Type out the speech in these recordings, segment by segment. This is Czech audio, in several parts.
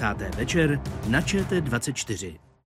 10. večer na ČT24.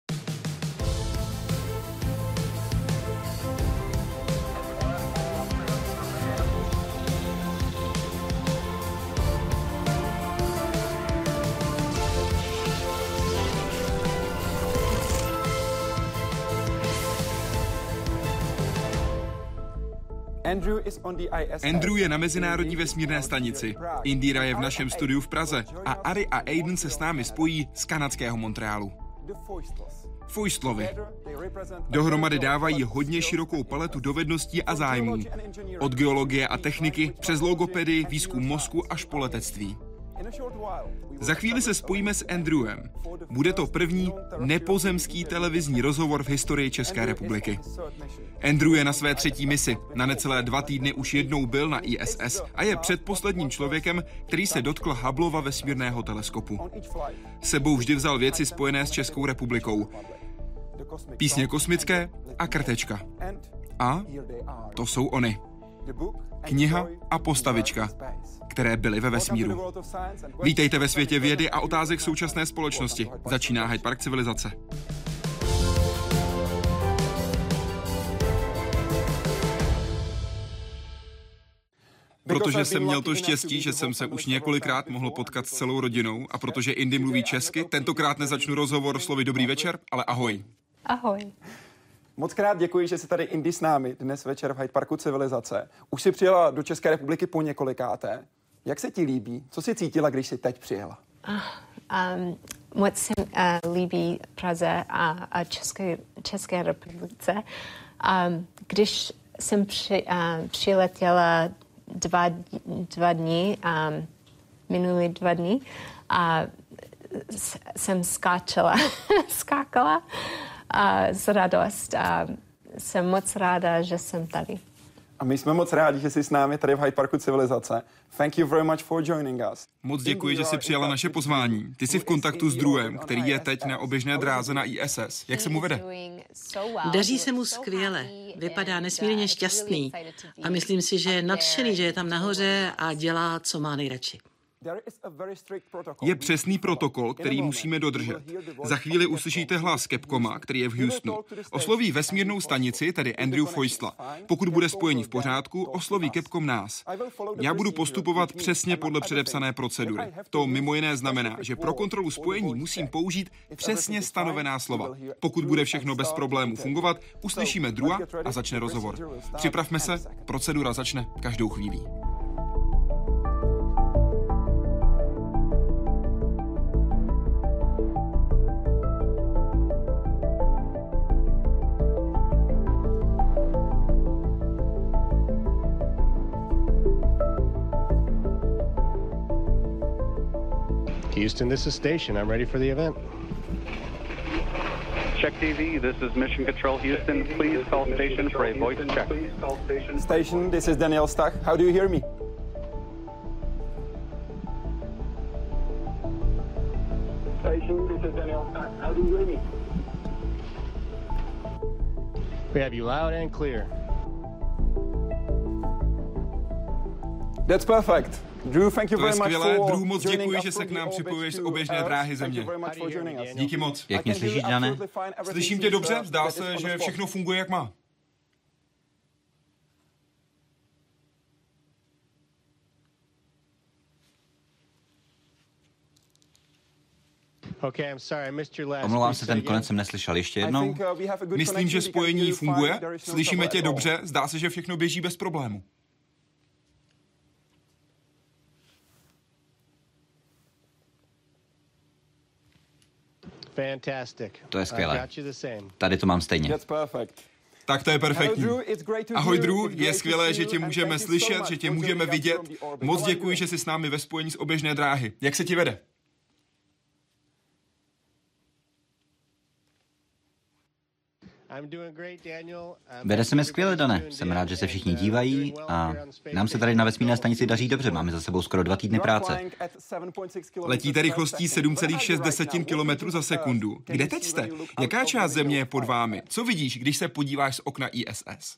Andrew je na Mezinárodní vesmírné stanici. Indira je v našem studiu v Praze a Ari a Aiden se s námi spojí z kanadského Montrealu. Foistlovi. Dohromady dávají hodně širokou paletu dovedností a zájmů. Od geologie a techniky přes logopedii, výzkum mozku až po letectví. Za chvíli se spojíme s Andrewem. Bude to první nepozemský televizní rozhovor v historii České republiky. Andrew je na své 3. misi. Na necelé 2 týdny už jednou byl na ISS a je předposledním člověkem, který se dotkl Hubbleova vesmírného teleskopu. Sebou vždy vzal věci spojené s Českou republikou. Písně kosmické a krtečka. A to jsou oni. Kniha a postavička, které byly ve vesmíru. Vítejte ve světě vědy a otázek současné společnosti. Začíná Hyde Park civilizace. Protože jsem měl to štěstí, že jsem se už několikrát mohl potkat s celou rodinou a protože Indy mluví česky, tentokrát nezačnu rozhovor slovy dobrý večer, ale ahoj. Ahoj. Moc krát děkuji, že jsi tady Indy s námi dnes večer v Hyde Parku civilizace. Už jsi přijela do České republiky po několikáté. Jak se ti líbí? Co jsi cítila, když jsi teď přijela? Moc se líbí Praze a České republice. Když jsem přiletěla minulý 2 dny, jsem skákala z radost a jsem moc ráda, že jsem tady. A my jsme moc rádi, že jsi s námi tady v Hyde Parku civilizace. Thank you very much for joining us. Moc děkuji, že jsi přijala naše pozvání. Ty jsi v kontaktu s Drewem, který je teď na oběžné dráze na ISS. Jak se mu vede? Daří se mu skvěle. Vypadá nesmírně šťastný. A myslím si, že je nadšený, že je tam nahoře a dělá, co má nejradši. Je přesný protokol, který musíme dodržet. Za chvíli uslyšíte hlas Capcoma, který je v Houstonu. Osloví vesmírnou stanici, tedy Andrew Feustla. Pokud bude spojení v pořádku, osloví Capcom nás. Já budu postupovat přesně podle předepsané procedury. To mimo jiné znamená, že pro kontrolu spojení musím použít přesně stanovená slova. Pokud bude všechno bez problémů fungovat, uslyšíme Drewa a začne rozhovor. Připravme se, procedura začne každou chvílí. Houston, this is station. I'm ready for the event. Check TV, this is Mission Control Houston. Please call station for a voice check. Station, this is Daniel Stach. How do you hear me? Station, this is Daniel Stach. How do you hear me? We have you loud and clear. That's perfect. Drew, thank you to je very much skvělé. for Drew, moc děkuji, joining že us se k nám from the připojuješ z orbit to oběžné Earth. dráhy Thank Země. you very much for joining us. Díky moc. Jak mě slyšíš, Dane? Slyším tě dobře? Zdá se, že všechno funguje jak má. Omlouvám se, ten konec jsem neslyšel. Ještě jednou? Myslím, že spojení funguje. Slyšíme tě dobře. Zdá se, že všechno běží bez problému. To je skvělé. Tady to mám stejně. Tak to je perfektní. Ahoj Drew, je skvělé, že tě můžeme slyšet, že tě můžeme vidět. Moc děkuji, že jsi s námi ve spojení z oběžné dráhy. Jak se ti vede? Vede se mi skvěle, Dane. Jsem rád, že se všichni dívají a nám se tady na vesmírné stanici daří dobře. Máme za sebou skoro 2 týdny práce. Letíte rychlostí 7,6 km za sekundu. Kde teď jste? Jaká část země je pod vámi? Co vidíš, když se podíváš z okna ISS?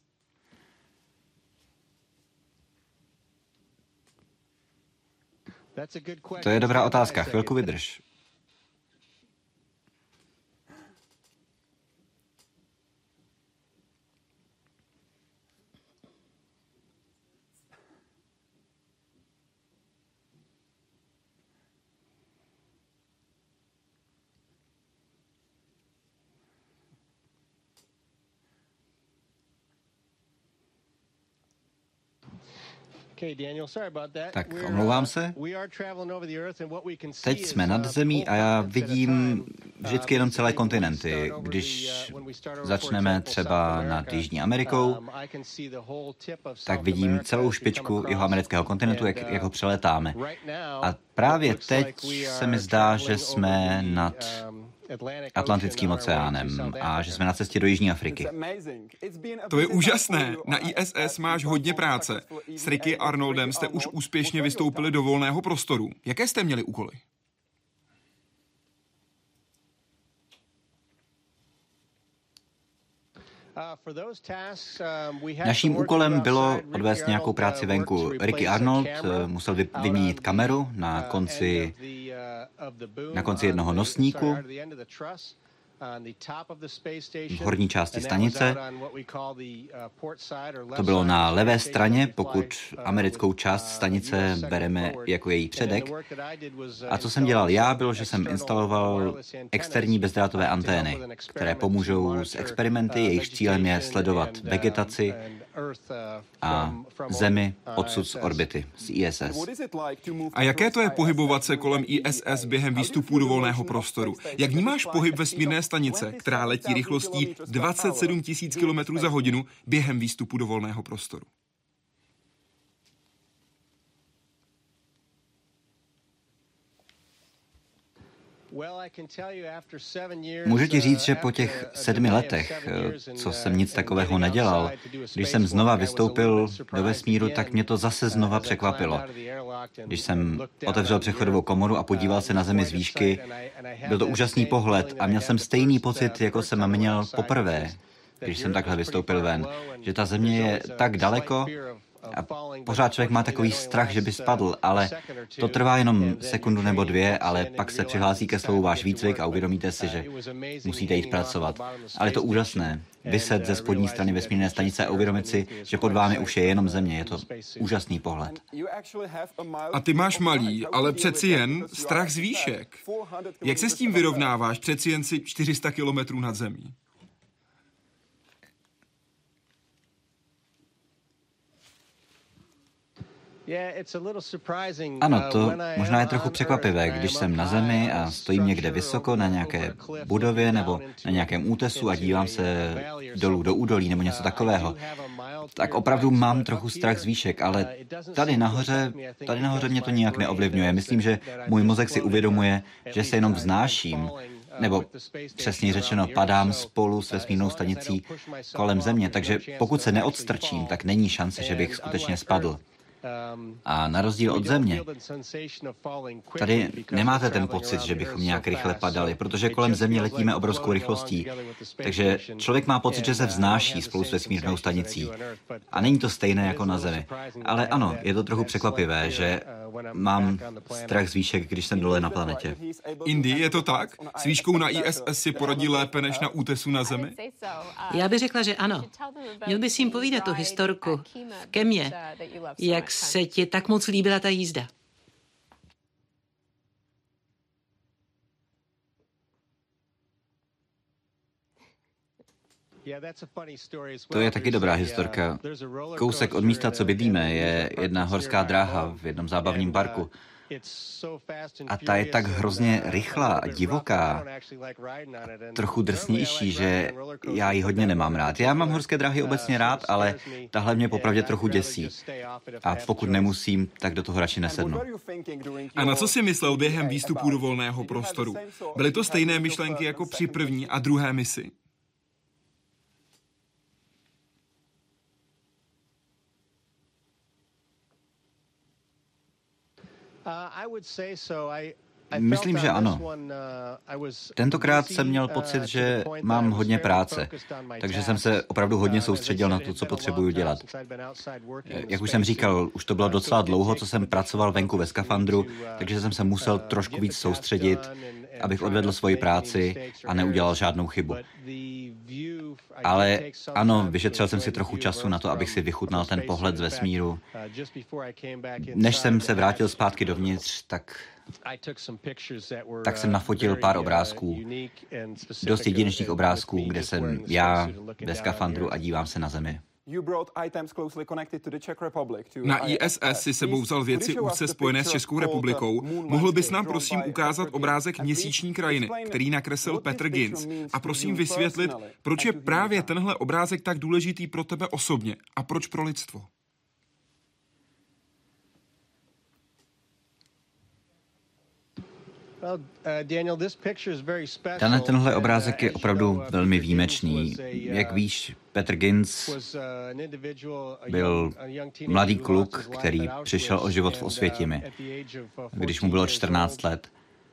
To je dobrá otázka. Chvilku vydrž. Tak, omlouvám se. Teď jsme nad zemí a já vidím vždycky jenom celé kontinenty. Když začneme třeba nad Jižní Amerikou, tak vidím celou špičku jihoamerického kontinentu, jak ho přeletáme. A právě teď se mi zdá, že jsme nad Atlantickým oceánem a že jsme na cestě do Jižní Afriky. To je úžasné. Na ISS máš hodně práce. S Ricky Arnoldem jste už úspěšně vystoupili do volného prostoru. Jaké jste měli úkoly? Naším úkolem bylo odvést nějakou práci venku. Ricky Arnold musel vyměnit kameru na konci jednoho nosníku v horní části stanice. To bylo na levé straně, pokud americkou část stanice bereme jako její předek. A co jsem dělal já, bylo, že jsem instaloval externí bezdrátové antény, které pomůžou s experimenty, jejichž cílem je sledovat vegetaci a Zemi odsud z orbity, z ISS. A jaké to je pohybovat se kolem ISS během výstupu do volného prostoru? Jak vnímáš pohyb vesmírné stanice, která letí rychlostí 27 000 km za hodinu během výstupu do volného prostoru? Můžu ti říct, že po těch 7 letech, co jsem nic takového nedělal, když jsem znova vystoupil do vesmíru, tak mě to zase znova překvapilo. Když jsem otevřel přechodovou komoru a podíval se na Zemi z výšky, byl to úžasný pohled a měl jsem stejný pocit, jako jsem měl poprvé, když jsem takhle vystoupil ven, že ta Země je tak daleko, a pořád člověk má takový strach, že by spadl, ale to trvá jenom sekundu nebo 2, ale pak se přihlásí ke slovu váš výcvik a uvědomíte si, že musíte jít pracovat. Ale je to úžasné. Vyset ze spodní strany vesmírné stanice a uvědomit si, že pod vámi už je jenom Země. Je to úžasný pohled. A ty máš malý, ale přeci jen strach z výšek. Jak se s tím vyrovnáváš? Přeci jen si 400 kilometrů nad zemí. Ano, to možná je trochu překvapivé, když jsem na Zemi a stojím někde vysoko na nějaké budově nebo na nějakém útesu a dívám se dolů do údolí nebo něco takového. Tak opravdu mám trochu strach z výšek, ale tady nahoře mě to nijak neovlivňuje. Myslím, že můj mozek si uvědomuje, že se jenom vznáším, nebo přesněji řečeno padám spolu s vesmírnou stanicí kolem Země, takže pokud se neodstrčím, tak není šance, že bych skutečně spadl. A na rozdíl od Země, tady nemáte ten pocit, že bychom nějak rychle padali, protože kolem Země letíme obrovskou rychlostí. Takže člověk má pocit, že se vznáší spolu s vesmírnou stanicí. A není to stejné jako na Zemi. Ale ano, je to trochu překvapivé, že mám strach z výšek, když jsem dole na planetě. Indy, je to tak? S výškou na ISS si poradí lépe než na útesu na Zemi? Já bych řekla, že ano. Měl bys jim povídat tu historku v Kemě, jak se ti tak moc líbila ta jízda. To je taky dobrá historka. Kousek od místa, co bydlíme, je jedna horská dráha v jednom zábavním parku. A ta je tak hrozně rychlá a divoká, trochu drsnější, že já ji hodně nemám rád. Já mám horské dráhy obecně rád, ale tahle mě popravdě trochu děsí. A pokud nemusím, tak do toho radši nesednu. A na co jsi myslel během výstupu do volného prostoru? Byly to stejné myšlenky jako při první a druhé misi? Myslím, že ano. Tentokrát jsem měl pocit, že mám hodně práce, takže jsem se opravdu hodně soustředil na to, co potřebuju dělat. Jak už jsem říkal, už to bylo docela dlouho, co jsem pracoval venku ve skafandru, takže jsem se musel trošku víc soustředit, abych odvedl svoji práci a neudělal žádnou chybu. Ale ano, vyšetřil jsem si trochu času na to, abych si vychutnal ten pohled z vesmíru. Než jsem se vrátil zpátky dovnitř, tak jsem nafotil pár obrázků, dost jedinečných obrázků, kde jsem já ve skafandru a dívám se na Zemi. Na ISS si sebou vzal věci úzce spojené s Českou republikou. Mohl bys nám prosím ukázat obrázek Měsíční krajiny, který nakreslil Peter Ginz, a prosím vysvětlit, proč je právě tenhle obrázek tak důležitý pro tebe osobně a proč pro lidstvo? Tenhle obrázek je opravdu velmi výjimečný. Jak víš, Peter Ginz byl mladý kluk, který přišel o život v Osvětimi, když mu bylo 14 let.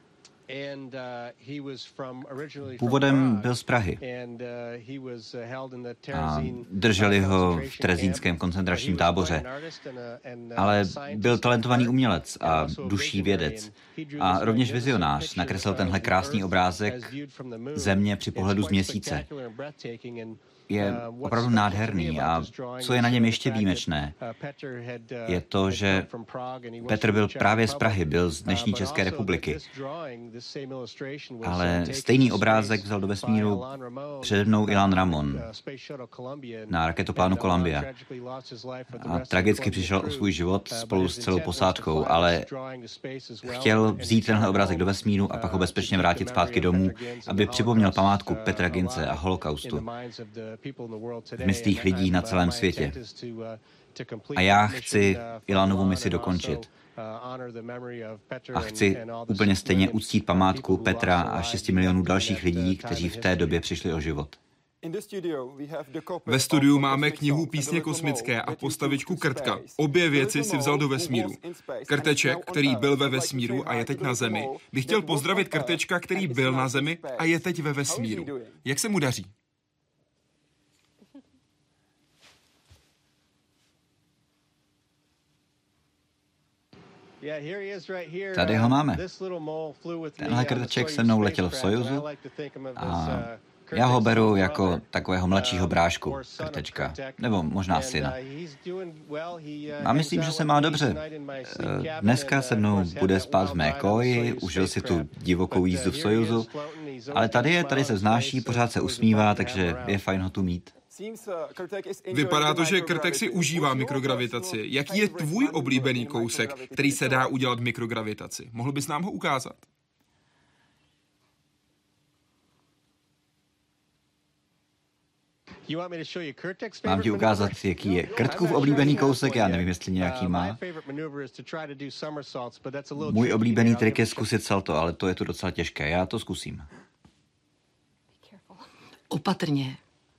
Původem byl z Prahy a drželi ho v terezínském koncentračním táboře, ale byl talentovaný umělec a duší vědec a rovněž vizionář. Nakreslil tenhle krásný obrázek země při pohledu z Měsíce. Je opravdu nádherný a co je na něm ještě výjimečné, je to, že Petr byl právě z Prahy, byl z dnešní České republiky. Ale stejný obrázek vzal do vesmíru přede mnou Ilan Ramon na raketoplánu Columbia. A tragicky přišel o svůj život spolu s celou posádkou, ale chtěl vzít tenhle obrázek do vesmíru a pak ho bezpečně vrátit zpátky domů, aby připomněl památku Petra Ginze a holokaustu v myslích lidí na celém světě. A já chci Ilanovu misi dokončit. A chci úplně stejně uctít památku Petra a 6 milionů dalších lidí, kteří v té době přišli o život. Ve studiu máme knihu Písně kosmické a postavičku Krtka. Obě věci si vzal do vesmíru. Krteček, který byl ve vesmíru a je teď na Zemi, bych chtěl pozdravit Krtečka, který byl na Zemi a je teď ve vesmíru. Jak se mu daří? Tady ho máme. Tenhle krteček se mnou letěl v Sojuzu a já ho beru jako takového mladšího brášku krtečka, nebo možná syna. A myslím, že se má dobře. Dneska se mnou bude spát v mé koji, užil si tu divokou jízdu v Sojuzu, ale tady se vznáší, pořád se usmívá, takže je fajn ho tu mít. Vypadá to, že Krtek si užívá mikrogravitaci. Jaký je tvůj oblíbený kousek, který se dá udělat v mikrogravitaci? Mohl bys nám ho ukázat? Mám ti ukázat, jaký je Krtkův oblíbený kousek? Já nevím, jestli nějaký má. Můj oblíbený trik je zkusit salto, ale to je to docela těžké. Já to zkusím. Opatrně.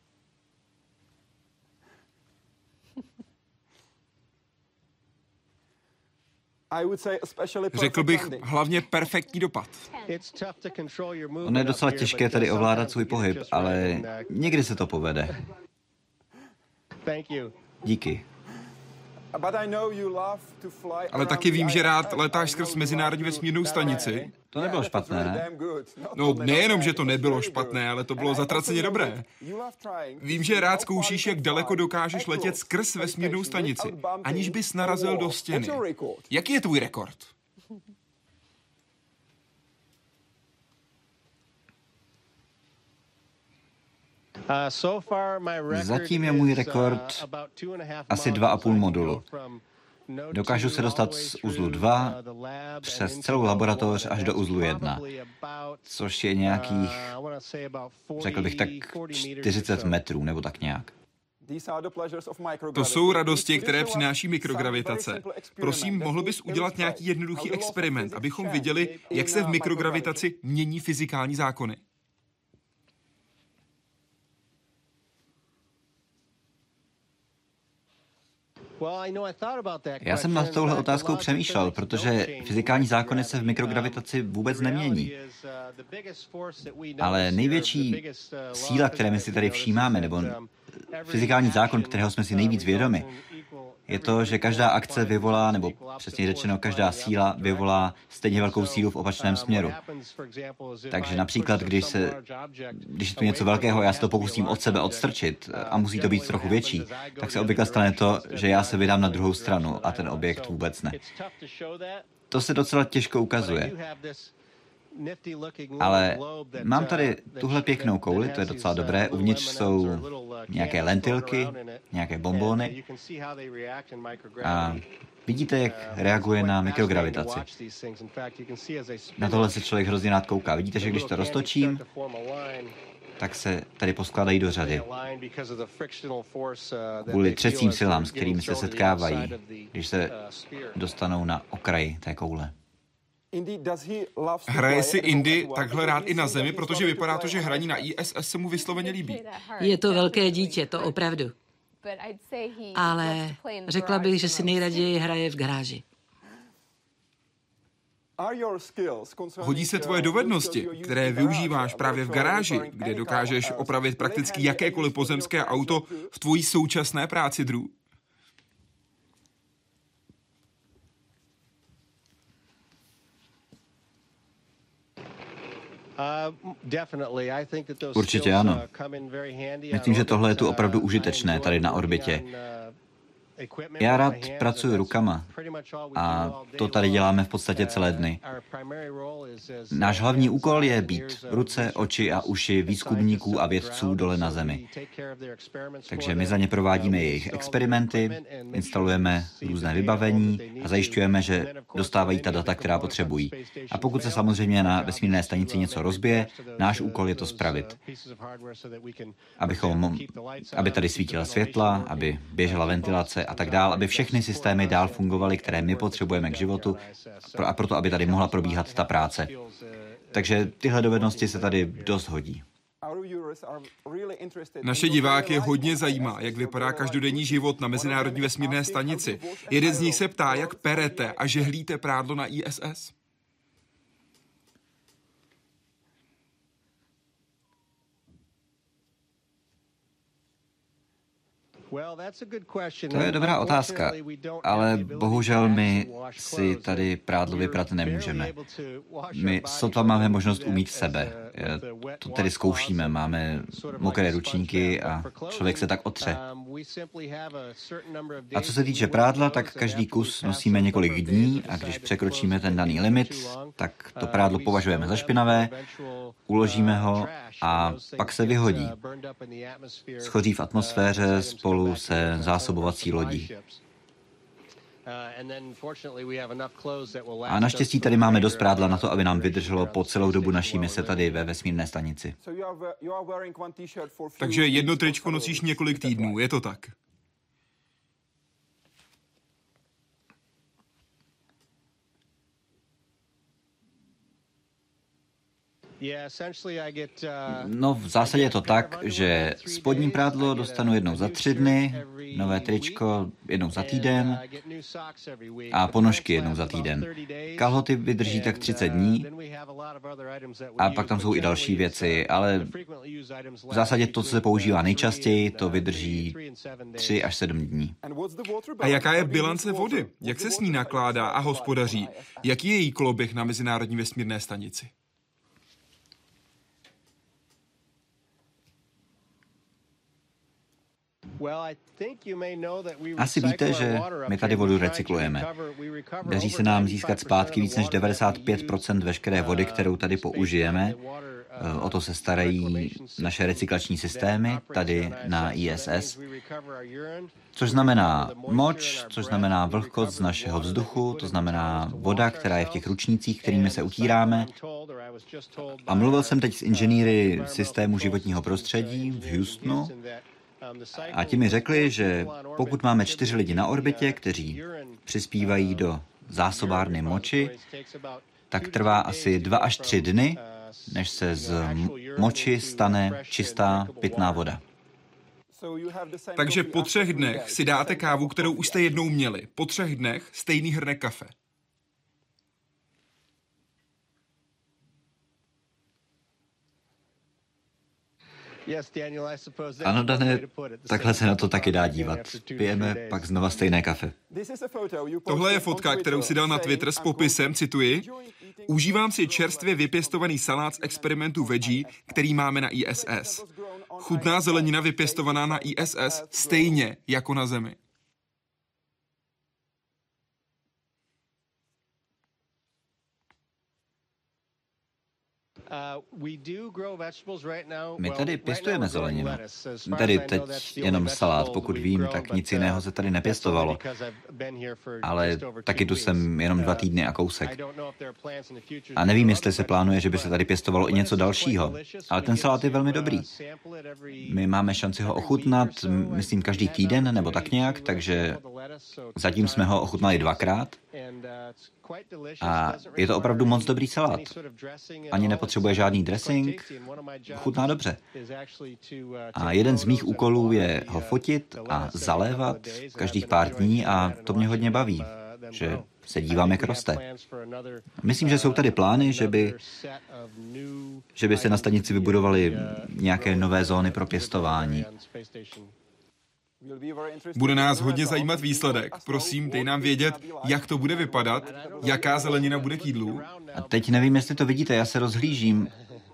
Řekl bych hlavně perfektní dopad. Ono je docela těžké tady ovládat svůj pohyb, ale někdy se to povede. Díky. Ale taky vím, že rád letáš skrz Mezinárodní vesmírnou stanici. To nebylo špatné, ne? No, nejenom, že to nebylo špatné, ale to bylo zatraceně dobré. Vím, že rád zkoušíš, jak daleko dokážeš letět skrz vesmírnou stanici, aniž bys narazil do stěny. Jaký je tvůj rekord? Zatím je můj rekord asi 2,5 modulu. Dokážu se dostat z uzlu 2 přes celou laboratoř až do uzlu 1, což je nějakých, řekl bych tak 40 metrů nebo tak nějak. To jsou radosti, které přináší mikrogravitace. Prosím, mohl bys udělat nějaký jednoduchý experiment, abychom viděli, jak se v mikrogravitaci mění fyzikální zákony? Já jsem nad touhle otázkou přemýšlel, protože fyzikální zákony se v mikrogravitaci vůbec nemění. Ale největší síla, které my si tady všímáme, nebo fyzikální zákon, kterého jsme si nejvíc vědomi, je to, že každá akce vyvolá, nebo přesně řečeno, každá síla vyvolá stejně velkou sílu v opačném směru. Takže například, když je tu něco velkého, já se to pokusím od sebe odstrčit a musí to být trochu větší, tak se obvykle stane to, že já se vydám na druhou stranu a ten objekt vůbec ne. To se docela těžko ukazuje. Ale mám tady tuhle pěknou kouli, to je docela dobré, uvnitř jsou nějaké lentilky, nějaké bonbóny a vidíte, jak reaguje na mikrogravitaci. Na tohle se člověk hrozně rád kouká. Vidíte, že když to roztočím, tak se tady poskládají do řady. Kvůli třecím silám, s kterými se setkávají, když se dostanou na okraj té koule. Hraje si Indy takhle rád i na zemi, protože vypadá to, že hraní na ISS se mu vysloveně líbí. Je to velké dítě, to opravdu. Ale řekla bych, že si nejraději hraje v garáži. Hodí se tvoje dovednosti, které využíváš právě v garáži, kde dokážeš opravit prakticky jakékoliv pozemské auto v tvojí současné práci, Drew? Určitě ano. Myslím, že tohle je tu opravdu užitečné tady na orbitě. Já rád pracuji rukama a to tady děláme v podstatě celé dny. Náš hlavní úkol je být ruce, oči a uši výzkumníků a vědců dole na Zemi. Takže my za ně provádíme jejich experimenty, instalujeme různé vybavení a zajišťujeme, že dostávají ta data, která potřebují. A pokud se samozřejmě na vesmírné stanici něco rozbije, náš úkol je to spravit. Aby tady svítila světla, aby běžela ventilace a tak dál, aby všechny systémy dál fungovaly, které my potřebujeme k životu a proto, aby tady mohla probíhat ta práce. Takže tyhle dovednosti se tady dost hodí. Naše diváky hodně zajímá, jak vypadá každodenní život na Mezinárodní vesmírné stanici. Jeden z nich se ptá, jak perete a žehlíte prádlo na ISS. To je dobrá otázka, ale bohužel my si tady prádlo vyprat nemůžeme. My sotva máme možnost umýt sebe. To tedy zkoušíme, máme mokré ručníky a člověk se tak otře. A co se týče prádla, tak každý kus nosíme několik dní a když překročíme ten daný limit, tak to prádlo považujeme za špinavé, uložíme ho a pak se vyhodí. Schoří v atmosféře spolu se zásobovací lodí. A naštěstí tady máme dost prádla na to, aby nám vydrželo po celou dobu naší mise tady ve vesmírné stanici. Takže jedno tričko nosíš několik týdnů, je to tak? No, v zásadě je to tak, že spodní prádlo dostanu jednou za 3 dny, nové tričko jednou za týden a ponožky jednou za týden. Kalhoty vydrží tak 30 dní a pak tam jsou i další věci, ale v zásadě to, co se používá nejčastěji, to vydrží 3 až 7 dní. A jaká je bilance vody? Jak se s ní nakládá a hospodaří? Jaký je její koloběh na Mezinárodní vesmírné stanici? Asi víte, že my tady vodu recyklujeme. Daří se nám získat zpátky víc než 95% veškeré vody, kterou tady použijeme. O to se starají naše recyklační systémy tady na ISS. Což znamená moč, což znamená vlhkost z našeho vzduchu, to znamená voda, která je v těch ručnících, kterými se utíráme. A mluvil jsem teď s inženýry systému životního prostředí v Houstonu, a ti mi řekli, že pokud máme 4 lidi na orbitě, kteří přispívají do zásobárny moči, tak trvá asi 2 až 3 dny, než se z moči stane čistá pitná voda. Takže po 3 dnech si dáte kávu, kterou už jste jednou měli. Po 3 dnech stejný hrnek kafe. Ano, Dane, takhle se na to taky dá dívat. Pijeme pak znova stejné kafe. Tohle je fotka, kterou si dal na Twitter s popisem, cituji, užívám si čerstvě vypěstovaný salát z experimentu veggie, který máme na ISS. Chutná zelenina vypěstovaná na ISS stejně jako na Zemi. My tady pěstujeme zeleninu. Tady teď jenom salát, pokud vím, tak nic jiného se tady nepěstovalo. Ale taky tu jsem jenom 2 týdny a kousek. A nevím, jestli se plánuje, že by se tady pěstovalo i něco dalšího. Ale ten salát je velmi dobrý. My máme šanci ho ochutnat, myslím, každý týden nebo tak nějak, takže zatím jsme ho ochutnali 2krát. A je to opravdu moc dobrý salát. Ani nepotřebuje žádný dressing, chutná dobře. A jeden z mých úkolů je ho fotit a zalévat každých pár dní a to mě hodně baví, že se dívám, jak roste. Myslím, že jsou tady plány, že by se na stanici vybudovaly nějaké nové zóny pro pěstování. Bude nás hodně zajímat výsledek. Prosím, dej nám vědět, jak to bude vypadat, jaká zelenina bude k jídlu. A teď nevím, jestli to vidíte, já se rozhlížím.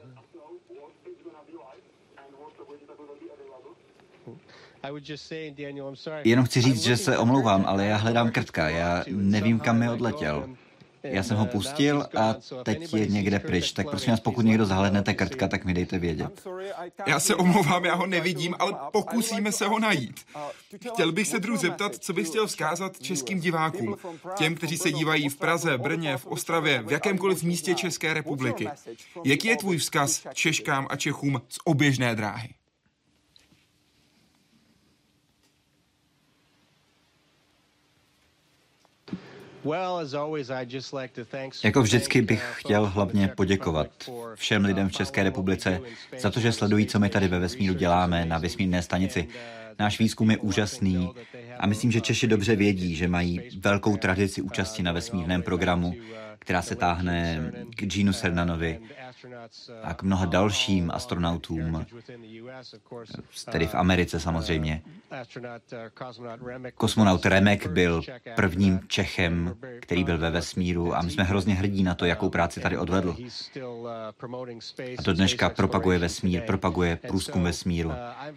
Jenom chci říct, že se omlouvám, ale já hledám krtka, já nevím, kam mi odletěl. Já jsem ho pustil a teď je někde pryč, tak prosím vás, pokud někdo zahlednete krtka, tak mi dejte vědět. Já se omlouvám, já ho nevidím, ale pokusíme se ho najít. Chtěl bych se Drew zeptat, co bys chtěl vzkázat českým divákům, těm, kteří se dívají v Praze, Brně, v Ostravě, v jakémkoliv místě České republiky. Jaký je tvůj vzkaz Češkám a Čechům z oběžné dráhy? Jako vždycky bych chtěl hlavně poděkovat všem lidem v České republice za to, že sledují, co my tady ve vesmíru děláme na vesmírné stanici. Náš výzkum je úžasný a myslím, že Češi dobře vědí, že mají velkou tradici účasti na vesmírném programu, která se táhne k Genu Cernanovi a k mnoha dalším astronautům, tedy v Americe samozřejmě. Kosmonaut Remek byl prvním Čechem, který byl ve vesmíru a my jsme hrozně hrdí na to, jakou práci tady odvedl. A do dneška propaguje vesmír, propaguje průzkum vesmíru.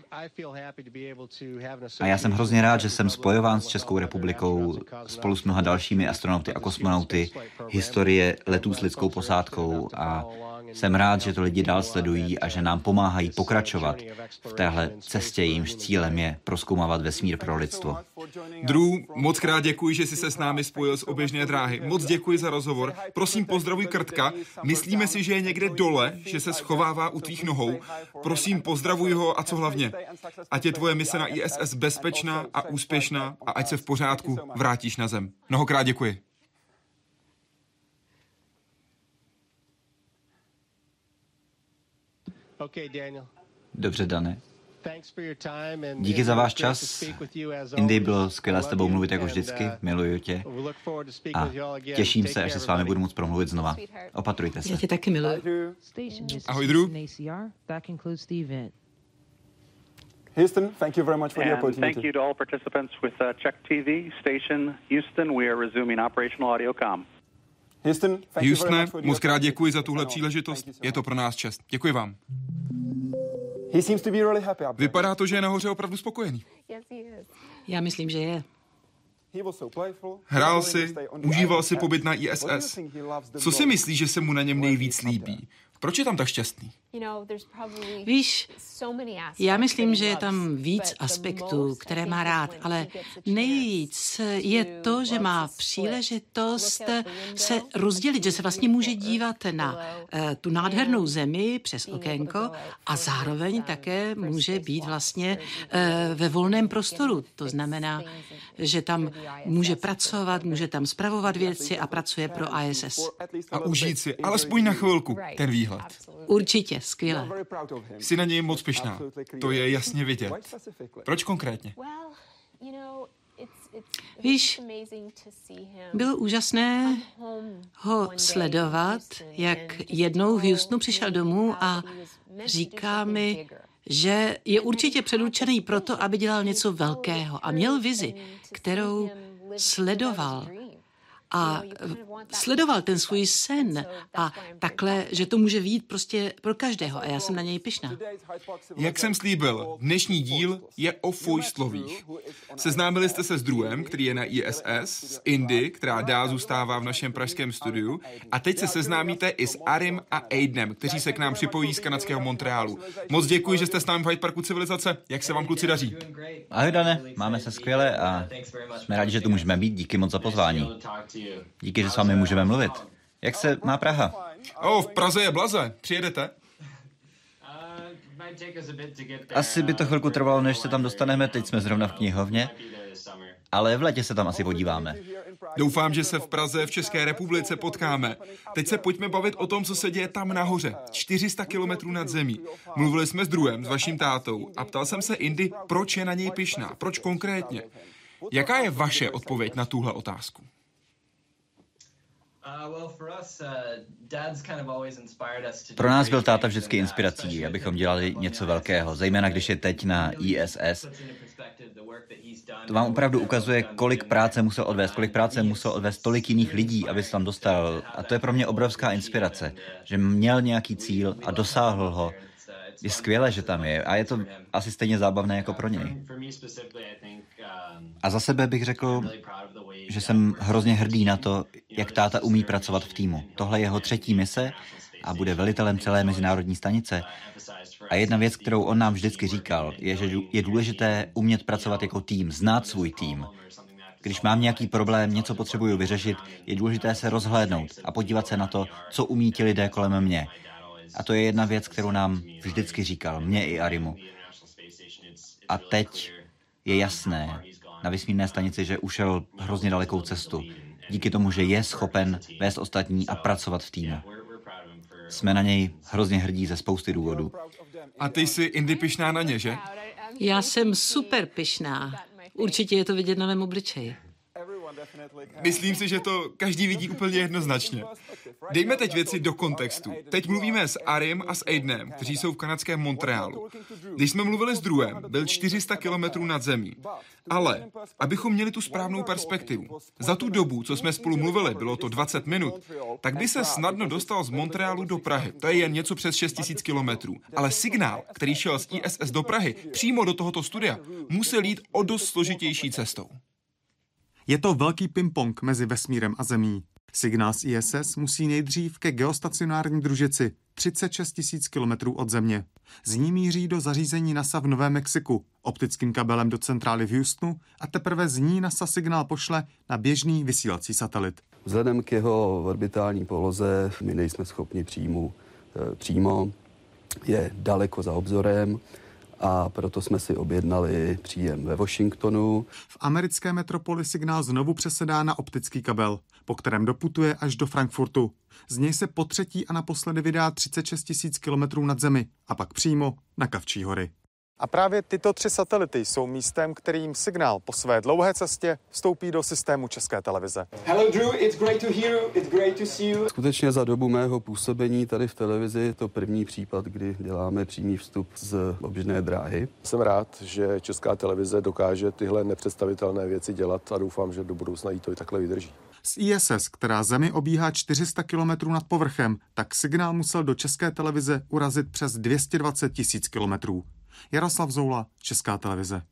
A já jsem hrozně rád, že jsem spojován s Českou republikou spolu s mnoha dalšími astronauty a kosmonauty historie letů s lidskou posádkou a jsem rád, že to lidi dál sledují a že nám pomáhají pokračovat v téhle cestě, jejímž cílem je prozkoumávat vesmír pro lidstvo. Drew, moc krát děkuji, že jsi se s námi spojil z oběžné dráhy. Moc děkuji za rozhovor. Prosím, pozdravuj Krtka. Myslíme si, že je někde dole, že se schovává u tvých nohou. Prosím, pozdravuj ho a co hlavně. Ať je tvoje mise na ISS bezpečná a úspěšná a ať se v pořádku vrátíš na Zem. Mnohokrát děkuji. Dobře, Dane. Díky za váš čas. Indy, bylo skvělé s tebou mluvit jako vždycky. Miluju tě. A těším se, až se s vámi budu moct promluvit znova. Opatrujte se. Já tě taky miluju. Ahoj, Drew. Houston, thank you very much for the opportunity. Thank you to all participants with Czech TV station Houston. We are resuming operational audio comm. Houstone, moc krát děkuji za tuhle příležitost. Je to pro nás čest. Děkuji vám. Vypadá to, že je nahoře opravdu spokojený. Já myslím, že je. Hrál si, užíval si pobyt na ISS. Co si myslíš, že se mu na něm nejvíc líbí? Proč je tam tak šťastný? Víš, já myslím, že je tam víc aspektů, které má rád, ale nejvíc je to, že má příležitost se rozdělit, že se vlastně může dívat na tu nádhernou zemi přes okénko a zároveň také může být vlastně ve volném prostoru. To znamená, že tam může pracovat, může tam spravovat věci a pracuje pro ISS. A užít si, alespoň na chvilku, ten výhled. Určitě, skvěle. Jsi na něj moc pyšná. To je jasně vidět. Proč konkrétně? Víš, bylo úžasné ho sledovat, jak jednou v Houstonu přišel domů a říká mi, že je určitě předurčený proto, aby dělal něco velkého a měl vizi, kterou sledoval. a sledoval ten svůj sen a takhle, že to může vyjít prostě pro každého a já jsem na něj pyšná. Jak jsem slíbil, dnešní díl je o fojstlovích. Seznámili jste se s Drewem, který je na ISS, s Indy, která dál zůstává v našem pražském studiu, a teď se seznámíte i s Arim a Aidenem, kteří se k nám připojí z kanadského Montrealu. Moc děkuji, že jste s námi v Hyde Parku Civilizace. Jak se vám, kluci, daří? Ahoj, Dane, máme se skvěle a jsme rádi, že tu můžeme být. Díky moc za pozvání. Díky, že s vámi můžeme mluvit. Jak se má Praha? V Praze je blaze. Přijedete? Asi by to chvilku trvalo, než se tam dostaneme. Teď jsme zrovna v knihovně, ale v létě se tam asi podíváme. Doufám, že se v Praze v České republice potkáme. Teď se pojďme bavit o tom, co se děje tam nahoře, 400 kilometrů nad zemí. Mluvili jsme s Drewem, s vaším tátou, a ptal jsem se Indy, proč je na něj pyšná, proč konkrétně. Jaká je vaše odpověď na tuhle otázku? Pro nás byl táta vždycky inspirací, abychom dělali něco velkého, zejména když je teď na ISS. To vám opravdu ukazuje, kolik práce musel odvést tolik jiných lidí, aby se tam dostal. A to je pro mě obrovská inspirace, že měl nějaký cíl a dosáhl ho. Je skvělé, že tam je a je to asi stejně zábavné jako pro něj. A za sebe bych řekl, že jsem hrozně hrdý na to, jak táta umí pracovat v týmu. Tohle je jeho 3. mise a bude velitelem celé mezinárodní stanice. A jedna věc, kterou on nám vždycky říkal, je, že je důležité umět pracovat jako tým, znát svůj tým. Když mám nějaký problém, něco potřebuju vyřešit, je důležité se rozhlédnout a podívat se na to, co umí ti lidé kolem mě. A to je jedna věc, kterou nám vždycky říkal, mě i Arimu. A teď je jasné na vesmírné stanici, že ušel hrozně dalekou cestu. Díky tomu, že je schopen vést ostatní a pracovat v týmu. Jsme na něj hrozně hrdí ze spousty důvodů. A ty jsi, Indy, pyšná na ně, že? Já jsem super pyšná. Určitě je to vidět na mém obličeji. Myslím si, že to každý vidí úplně jednoznačně. Dejme teď věci do kontextu. Teď mluvíme s Arim a s Aidenem, kteří jsou v kanadském Montrealu. Když jsme mluvili s Drewem, byl 400 kilometrů nad zemí. Ale, abychom měli tu správnou perspektivu, za tu dobu, co jsme spolu mluvili, bylo to 20 minut, tak by se snadno dostal z Montrealu do Prahy. To je jen něco přes 6000 kilometrů. Ale signál, který šel z ISS do Prahy, přímo do tohoto studia, musel jít o dost složitější cestou. Je to velký ping-pong mezi vesmírem a zemí. Signál z ISS musí nejdřív ke geostacionární družici 36 000 kilometrů od Země. Z ní míří do zařízení NASA v Novém Mexiku, optickým kabelem do centrály v Houstonu a teprve z ní NASA signál pošle na běžný vysílací satelit. Vzhledem k jeho orbitální poloze my nejsme schopni přímo, je daleko za obzorem, a proto jsme si objednali příjem ve Washingtonu. V americké metropoli signál znovu přesedá na optický kabel, po kterém doputuje až do Frankfurtu. Z něj se po třetí a naposledy vydá 36 000 kilometrů nad Zemi a pak přímo na Kavčí hory. A právě tyto 3 satelity jsou místem, kterým signál po své dlouhé cestě vstoupí do systému České televize. Hello Drew, it's great to hear you, it's great to see you. Skutečně za dobu mého působení tady v televizi je to první případ, kdy děláme přímý vstup z oběžné dráhy. Jsem rád, že Česká televize dokáže tyhle nepředstavitelné věci dělat a doufám, že do budoucna jí to i takhle vydrží. Z ISS, která Zemi obíhá 400 kilometrů nad povrchem, tak signál musel do České televize urazit přes 220 000 kilometrů. Jaroslav Zoula, Česká televize.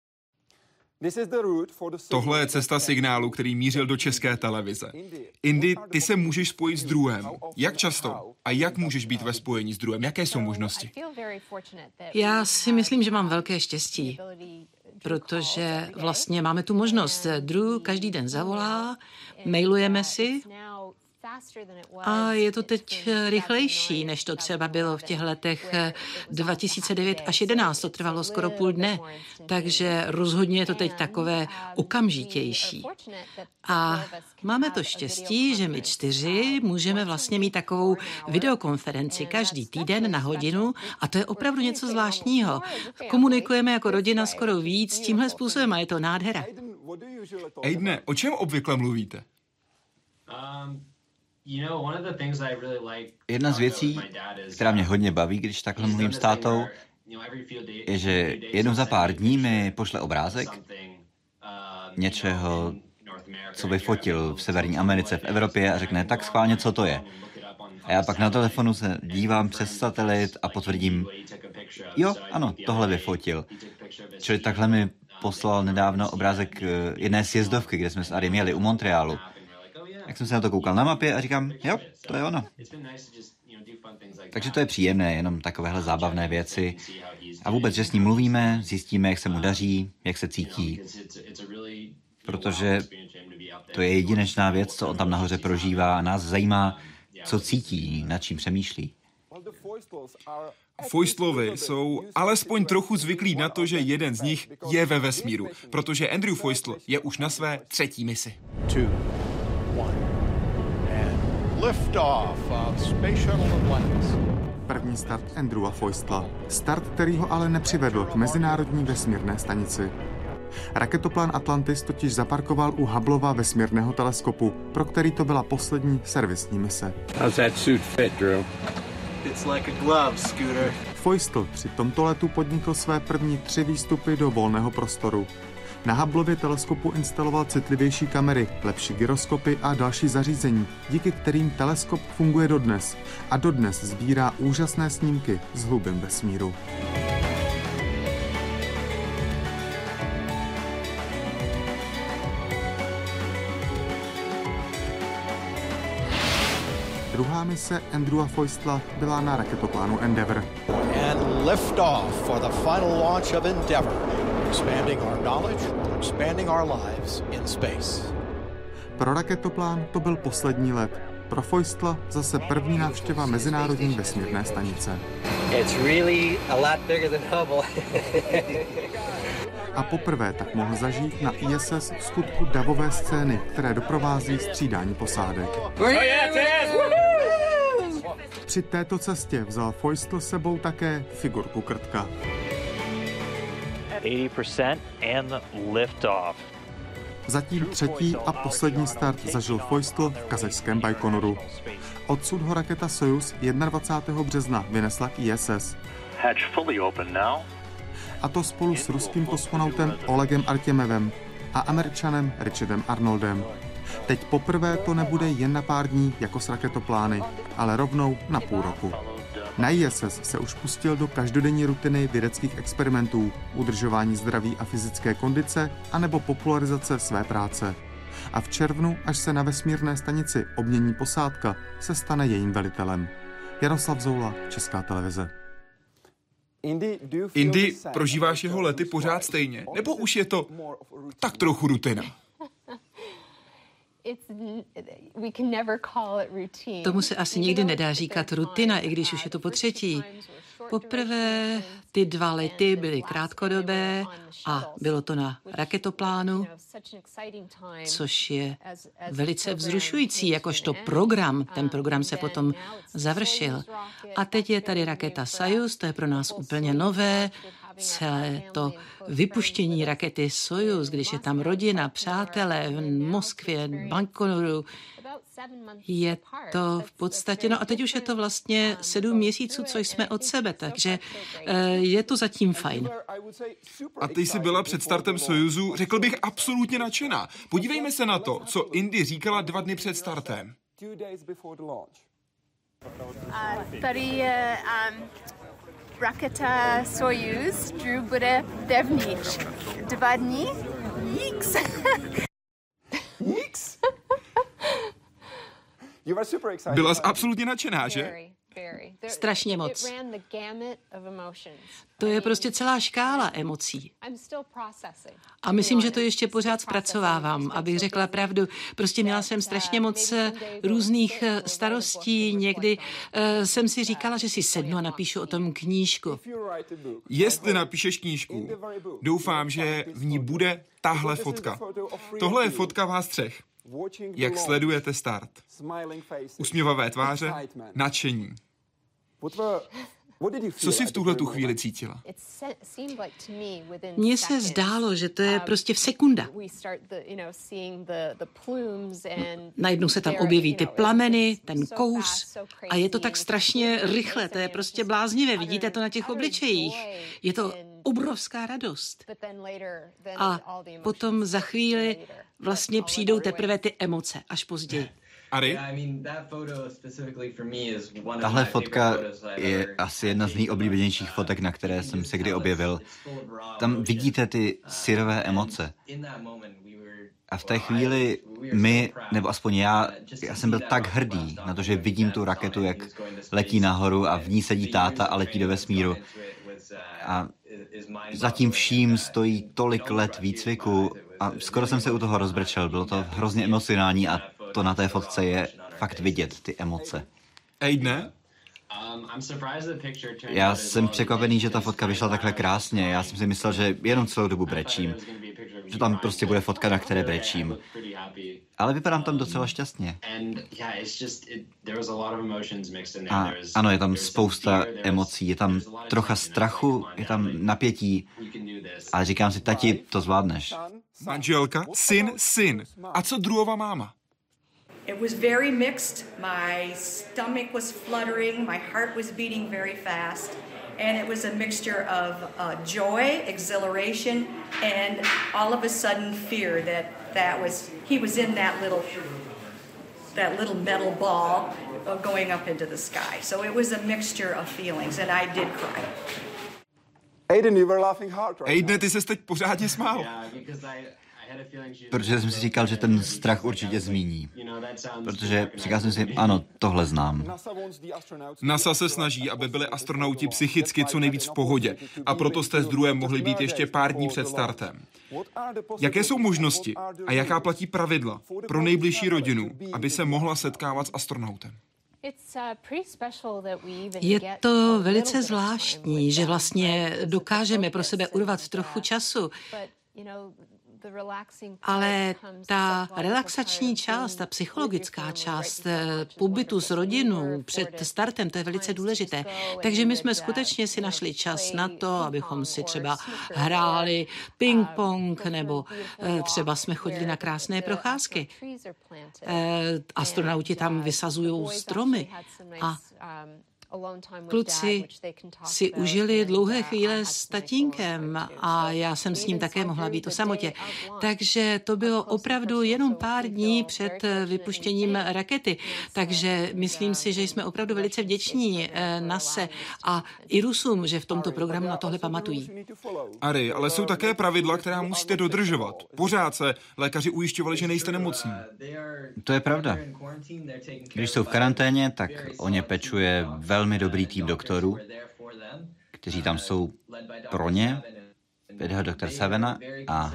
Tohle je cesta signálu, který mířil do České televize. Indy, ty se můžeš spojit s Drewem. Jak často? A jak můžeš být ve spojení s Drewem? Jaké jsou možnosti? Já si myslím, že mám velké štěstí, protože vlastně máme tu možnost. Drew každý den zavolá, mailujeme si a je to teď rychlejší, než to třeba bylo v těch letech 2009 až 2011. To trvalo skoro půl dne, takže rozhodně je to teď takové okamžitější. A máme to štěstí, že my 4 můžeme vlastně mít takovou videokonferenci každý týden na hodinu a to je opravdu něco zvláštního. Komunikujeme jako rodina skoro víc tímhle způsobem a je to nádhera. Aidene, o čem obvykle mluvíte? Jedna z věcí, která mě hodně baví, když takhle mluvím s tátou, je, že jednou za pár dní mi pošle obrázek něčeho co vyfotil v Severní Americe, v Evropě a řekne, tak schválně, co to je. A já pak na telefonu se dívám přes satelit a potvrdím, jo, ano, tohle vyfotil. Čili takhle mi poslal nedávno obrázek jedné sjezdovky, kde jsme s Arym jeli u Montrealu. Jak jsem se na to koukal na mapě a říkám, jo, to je ono. Takže to je příjemné, jenom takovéhle zábavné věci. A vůbec, že s ním mluvíme, zjistíme, jak se mu daří, jak se cítí. Protože to je jedinečná věc, co on tam nahoře prožívá a nás zajímá, co cítí, nad čím přemýšlí. Feustlovi jsou alespoň trochu zvyklí na to, že jeden z nich je ve vesmíru, protože Andrew Feustl je už na své 3. misi. 2, 1, and lift off of Space Shuttle Atlantis. První start Andrewa Feustla. Start, který ho ale nepřivedl k Mezinárodní vesmírné stanici. Raketoplán Atlantis totiž zaparkoval u Hubbleova vesmírného teleskopu, pro který to byla poslední servisní mise. How's that suit fit, Drew? It's like a glove, Scooter. Feustl při tomto letu podnikl své první 3 výstupy do volného prostoru. Na Hubbleově teleskopu instaloval citlivější kamery, lepší gyroskopy a další zařízení, díky kterým teleskop funguje dodnes a dodnes sbírá úžasné snímky z hlubin vesmíru. Druhá mise Andrewa Feustla byla na raketoplánu Endeavour. And lift off for the final launch of Endeavour, expanding our knowledge, expanding our lives in space. Pro raketoplán to byl poslední let. Pro Feustla zase první návštěva Mezinárodní vesmírné stanice. It's really a lot bigger than Hubble. A poprvé tak mohl zažít na ISS v skutku davové scény, které doprovází střídání posádek. Při této cestě vzal Feustl sebou také figurku krtka. 80% and lift off. Zatím 3. a poslední start zažil Feustl v kazašském Bajkonoru. Odsud ho raketa Sojuz 21. března vynesla k ISS. Hatch fully open now. A to spolu s ruským kosmonautem Olegem Artemyevem a Američanem Richardem Arnoldem. Teď poprvé to nebude jen na pár dní jako s raketoplány, ale rovnou na půl roku. Na ISS se už pustil do každodenní rutiny vědeckých experimentů, udržování zdraví a fyzické kondice anebo popularizace své práce. A v červnu, až se na vesmírné stanici obmění posádka, se stane jejím velitelem. Jaroslav Zoula, Česká televize. Indy, prožíváš jeho lety pořád stejně? Nebo už je to tak trochu rutina? Tomu se asi nikdy nedá říkat rutina, i když už je to po 3. Poprvé ty 2 lety byly krátkodobé a bylo to na raketoplánu, což je velice vzrušující, jakožto program. Ten program se potom završil. A teď je tady raketa Sojuz, to je pro nás úplně nové. Celé to vypuštění rakety Sojuz, když je tam rodina, přátelé v Moskvě, Bajkonoru, je to v podstatě, no a teď už je to vlastně 7 měsíců, co jsme od sebe, takže je to zatím fajn. A ty jsi byla před startem Sojuzu, řekl bych, absolutně nadšená. Podívejme se na to, co Indy říkala 2 dny před startem. Tady je raketa Soyuz, Drew bude vevnitř. 2 dny? Jíks. Jíks? Byla jsi absolutně nadšená, že? Strašně moc. To je prostě celá škála emocí. A myslím, že to ještě pořád zpracovávám, abych řekla pravdu. Prostě měla jsem strašně moc různých starostí. Někdy jsem si říkala, že si sednu a napíšu o tom knížku. Jestli napíšeš knížku, doufám, že v ní bude tahle fotka. Tohle je fotka vás 3. Jak sledujete start. Usměvavé tváře, nadšení. Co jsi v tuhletu chvíli cítila? Mně se zdálo, že to je prostě v sekunda. Najednou se tam objeví ty plameny, ten kouř a je to tak strašně rychle, to je prostě bláznivé, vidíte to na těch obličejích. Je to obrovská radost. A potom za chvíli vlastně přijdou teprve ty emoce, až později. Ari? Tahle fotka je asi jedna z nejoblíbenějších fotek, na které jsem se kdy objevil. Tam vidíte ty syrové emoce. A v té chvíli nebo aspoň já jsem byl tak hrdý na to, že vidím tu raketu, jak letí nahoru a v ní sedí táta a letí do vesmíru. A zatím vším stojí tolik let výcviku a skoro jsem se u toho rozbrečel. Bylo to hrozně emocionální a to na té fotce je fakt vidět, ty emoce. Aidene? Já jsem překvapený, že ta fotka vyšla takhle krásně. Já jsem si myslel, že jenom celou dobu brečím. Že tam prostě bude fotka, na které brečím. Ale vypadám tam docela šťastně. A ano, je tam spousta emocí, je tam trocha strachu, je tam napětí. Ale říkám si, tati, to zvládneš. Manželka, syn. A co druhova máma? It was very mixed. My stomach was fluttering, my heart was beating very fast, and it was a mixture of joy, exhilaration, and all of a sudden fear that he was in that little metal ball going up into the sky. So it was a mixture of feelings, and I did cry. Aiden, you were laughing hard, right? Aiden, ty ses teď pořádně smál. Protože jsem si říkal, že ten strach určitě zmíní. Protože říkal jsem si, ano, tohle znám. NASA se snaží, aby byli astronauti psychicky co nejvíc v pohodě a proto jste s druhém mohli být ještě pár dní před startem. Jaké jsou možnosti a jaká platí pravidla pro nejbližší rodinu, aby se mohla setkávat s astronautem? Je to velice zvláštní, že vlastně dokážeme pro sebe urvat trochu času. Ale ta relaxační část, ta psychologická část pobytu s rodinou před startem, to je velice důležité. Takže my jsme skutečně si našli čas na to, abychom si třeba hráli ping-pong, nebo třeba jsme chodili na krásné procházky. Astronauti tam vysazují stromy a kluci si užili dlouhé chvíle s tatínkem a já jsem s ním také mohla být o samotě. Takže to bylo opravdu jenom pár dní před vypuštěním rakety. Takže myslím si, že jsme opravdu velice vděční NASA a i Rusům, že v tomto programu na tohle pamatují. Ari, ale jsou také pravidla, která musíte dodržovat. Pořád se lékaři ujišťovali, že nejste nemocní. To je pravda. Když jsou v karanténě, tak o ně pečuje velmi dobrý tým doktorů, kteří tam jsou pro ně, vedle doktor Savena, a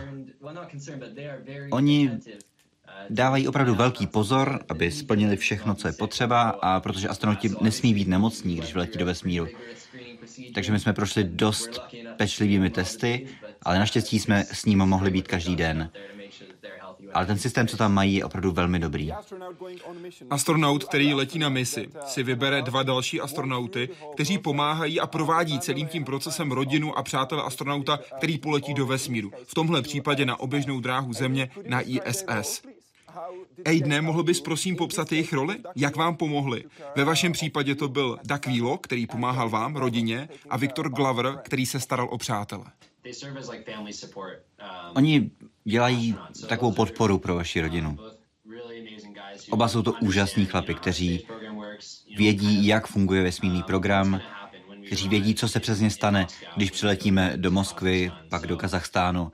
oni dávají opravdu velký pozor, aby splnili všechno, co je potřeba, a protože astronauti nesmí být nemocní, když vyletí do vesmíru. Takže my jsme prošli dost pečlivými testy, ale naštěstí jsme s ním mohli být každý den. Ale ten systém, co tam mají, je opravdu velmi dobrý. Astronaut, který letí na misi, si vybere 2 další astronauty, kteří pomáhají a provádí celým tím procesem rodinu a přátele astronauta, který poletí do vesmíru. V tomhle případě na oběžnou dráhu Země na ISS. Aidene, mohl bys prosím popsat jejich roli? Jak vám pomohli? Ve vašem případě to byl Doug Wheelock, který pomáhal vám, rodině, a Victor Glover, který se staral o přátele. Oni dělají takovou podporu pro vaši rodinu. Oba jsou to úžasní chlapi, kteří vědí, jak funguje vesmírný program, kteří vědí, co se přesně stane, když přiletíme do Moskvy, pak do Kazachstánu.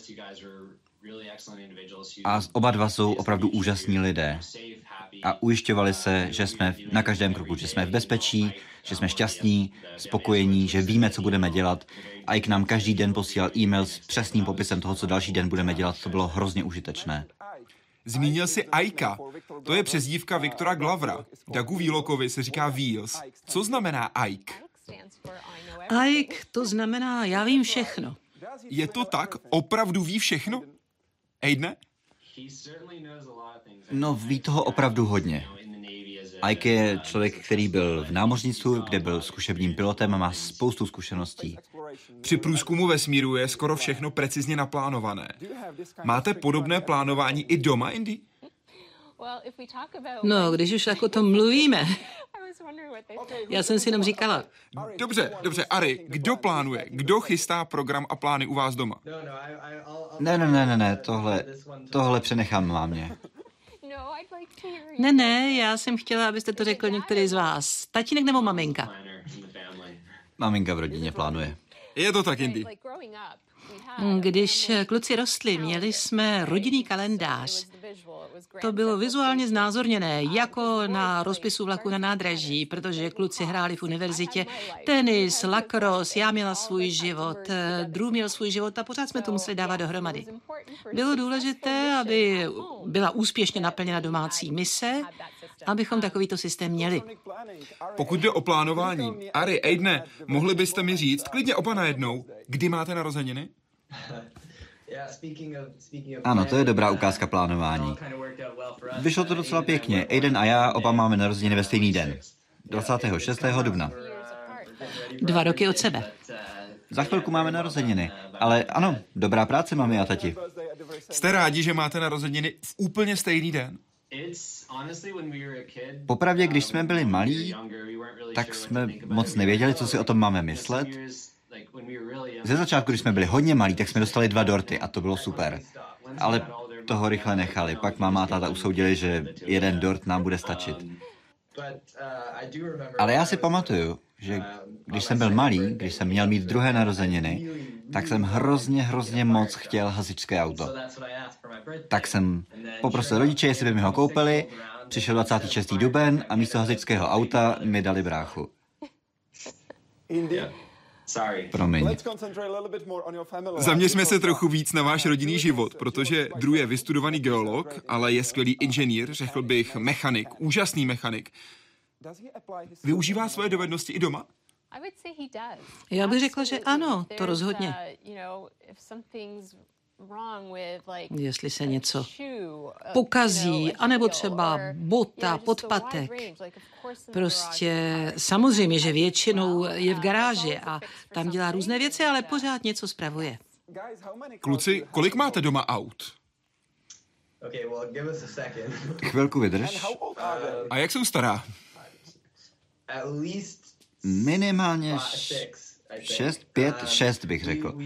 A oba dva jsou opravdu úžasní lidé. A ujišťovali se, že jsme na každém kroku, že jsme v bezpečí, že jsme šťastní, spokojení, že víme, co budeme dělat. A i k nám každý den posílal e-mail s přesným popisem toho, co další den budeme dělat. To bylo hrozně užitečné. Zmínil si Ika. To je přezdívka Victora Glovera. Dougu Wheelockovi se říká Wheels. Co znamená Ike? Ike, to znamená, já vím všechno. Je to tak? Opravdu ví všechno? Aidene? No, ví toho opravdu hodně. Ike je člověk, který byl v námořnictvu, kde byl zkušebním pilotem a má spoustu zkušeností. Při průzkumu vesmíru je skoro všechno precizně naplánované. Máte podobné plánování i doma, Indy? No, když už tak o tom mluvíme. Já jsem si jenom říkala. Dobře, Ari, kdo plánuje? Kdo chystá program a plány u vás doma? Ne, tohle přenechám mámě. Ne, já jsem chtěla, abyste to řekl některý z vás. Tatínek nebo maminka? Maminka v rodině plánuje. Je to tak, Indy. Když kluci rostli, měli jsme rodinný kalendář. To bylo vizuálně znázorněné, jako na rozpisu vlaku na nádraží, protože kluci hráli v univerzitě tenis, lacrosse, já měla svůj život, Drew měl svůj život a pořád jsme to museli dávat dohromady. Bylo důležité, aby byla úspěšně naplněna domácí mise, abychom takovýto systém měli. Pokud jde o plánování, Ari, Aidene, mohli byste mi říct, klidně oba najednou, kdy máte narozeniny? Ano, to je dobrá ukázka plánování. Vyšlo to docela pěkně. Aiden a já oba máme narozeniny ve stejný den. 26. dubna. 2 roky od sebe. Za chvilku máme narozeniny. Ale ano, dobrá práce, mami a tati. Jste rádi, že máte narozeniny v úplně stejný den? Popravdě, když jsme byli malí, tak jsme moc nevěděli, co si o tom máme myslet. Ze začátku, když jsme byli hodně malí, tak jsme dostali 2 dorty a to bylo super. Ale toho rychle nechali. Pak máma a táta usoudili, že 1 dort nám bude stačit. Ale já si pamatuju, že když jsem byl malý, když jsem měl mít 2. narozeniny, tak jsem hrozně moc chtěl hasičské auto. Tak jsem poprosil rodiče, jestli by mi ho koupili, přišel 26. duben a místo hasičského auta mi dali bráchu. Promiň. Zaměřme se trochu víc na váš rodinný život, protože Drew je vystudovaný geolog, ale je skvělý inženýr, řekl bych mechanik, úžasný mechanik. Využívá svoje dovednosti i doma? Já bych řekla, že ano, to rozhodně. Jestli se něco pokazí, anebo třeba bota, podpatek. Prostě samozřejmě, že většinou je v garáži a tam dělá různé věci, ale pořád něco spravuje. Kluci, kolik máte doma aut? Chvilku vydrž. A jak jsou stará? Minimálně 6 bych řekl.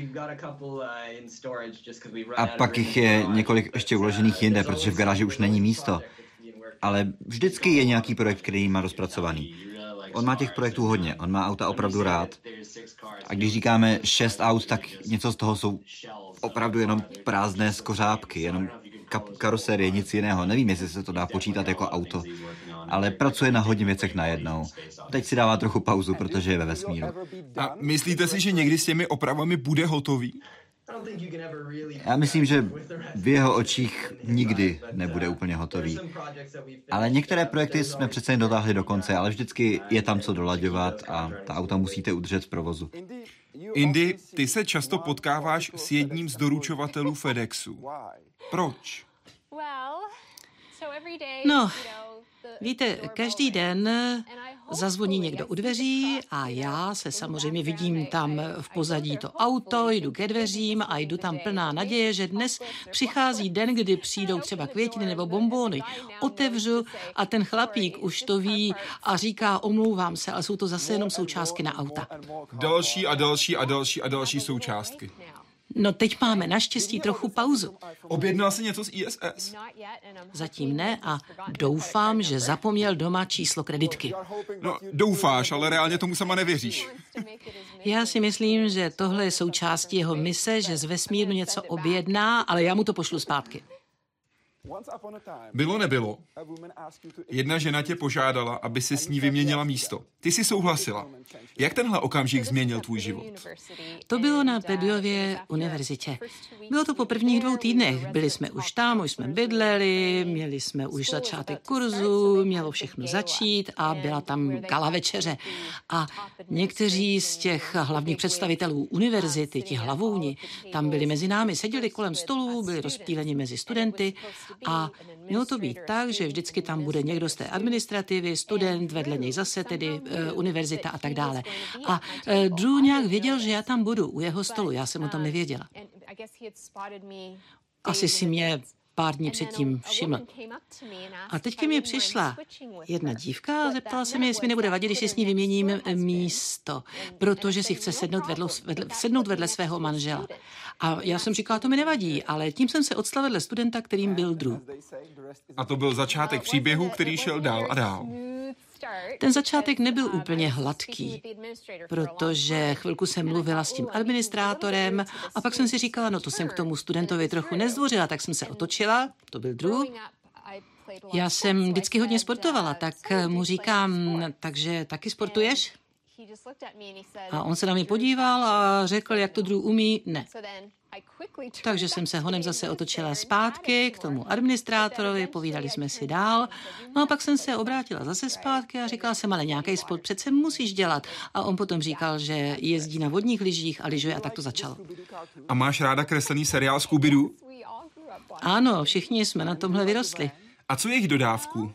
A pak jich je několik ještě uložených jinde, protože v garáži už není místo. Ale vždycky je nějaký projekt, který má rozpracovaný. On má těch projektů hodně, on má auta opravdu rád. A když říkáme 6 aut, tak něco z toho jsou opravdu jenom prázdné skořápky, jenom karosérie, nic jiného. Nevím, jestli se to dá počítat jako auto, ale pracuje na hodně věcech najednou. Teď si dává trochu pauzu, protože je ve vesmíru. A myslíte si, že někdy s těmi opravami bude hotový? Já myslím, že v jeho očích nikdy nebude úplně hotový. Ale některé projekty jsme přece jen dotáhli do konce, ale vždycky je tam co dolaďovat a ta auta musíte udržet v provozu. Indy, ty se často potkáváš s jedním z doručovatelů FedExu. Proč? No, víte, každý den zazvoní někdo u dveří a já se samozřejmě vidím tam v pozadí to auto, jdu ke dveřím a jdu tam plná naděje, že dnes přichází den, kdy přijdou třeba květiny nebo bonbóny. Otevřu a ten chlapík už to ví a říká, omlouvám se, ale jsou to zase jenom součástky na auta. Další součástky. No teď máme naštěstí trochu pauzu. Objednal jsi něco z ISS? Zatím ne a doufám, že zapomněl doma číslo kreditky. No, doufáš, ale reálně tomu sama nevěříš. Já si myslím, že tohle je součástí jeho mise, že z vesmíru něco objedná, ale já mu to pošlu zpátky. Bylo nebylo. Jedna žena tě požádala, aby si s ní vyměnila místo. Ty jsi souhlasila. Jak tenhle okamžik změnil tvůj život? To bylo na Purdueově univerzitě. Bylo to po prvních 2 týdnech. Byli jsme už tam, už jsme bydleli, měli jsme už začátek kurzu, mělo všechno začít a byla tam gala večeře. A někteří z těch hlavních představitelů univerzity, ti hlavouni, tam byli mezi námi, seděli kolem stolů, byli rozptýleni mezi studenty a mělo to být tak, že vždycky tam bude někdo z té administrativy, student, vedle něj zase tedy univerzita a tak dále. A Drew nějak věděl, že já tam budu u jeho stolu, já jsem o tom nevěděla. Asi si mě pár dní předtím všiml. A teď ke mně přišla jedna dívka a zeptala se mě, jestli mi nebude vadit, když si s ní vyměním místo, protože si chce sednout vedle svého manžela. A já jsem říkala, to mi nevadí, ale tím jsem se odstal vedle studenta, kterým byl Drew. A to byl začátek příběhu, který šel dál a dál. Ten začátek nebyl úplně hladký, protože chvilku jsem mluvila s tím administrátorem a pak jsem si říkala, no to jsem k tomu studentovi trochu nezdvořila, tak jsem se otočila, to byl Drew. Já jsem vždycky hodně sportovala, tak mu říkám, takže taky sportuješ? A on se na mě podíval a řekl, jak to Drew umí, ne. Takže jsem se honem zase otočila zpátky k tomu administrátorovi, povídali jsme si dál. No a pak jsem se obrátila zase zpátky a říkala jsem, ale nějaký sport přece musíš dělat. A on potom říkal, že jezdí na vodních lyžích a lyžuje a tak to začalo. A máš ráda kreslený seriál Scooby-Doo? Ano, všichni jsme na tomhle vyrostli. A co jejich dodávku?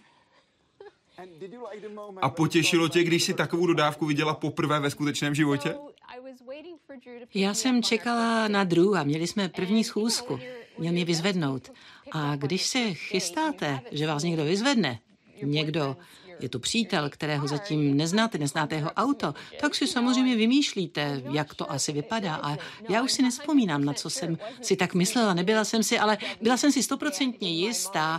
A potěšilo tě, když si takovou dodávku viděla poprvé ve skutečném životě? Já jsem čekala na Drew a měli jsme první schůzku. Měl mě vyzvednout. A když se chystáte, že vás někdo vyzvedne, někdo, je to přítel, kterého zatím neznáte jeho auto, tak si samozřejmě vymýšlíte, jak to asi vypadá. A já už si nevzpomínám, na co jsem si tak myslela. Nebyla jsem si, ale byla jsem si 100% jistá,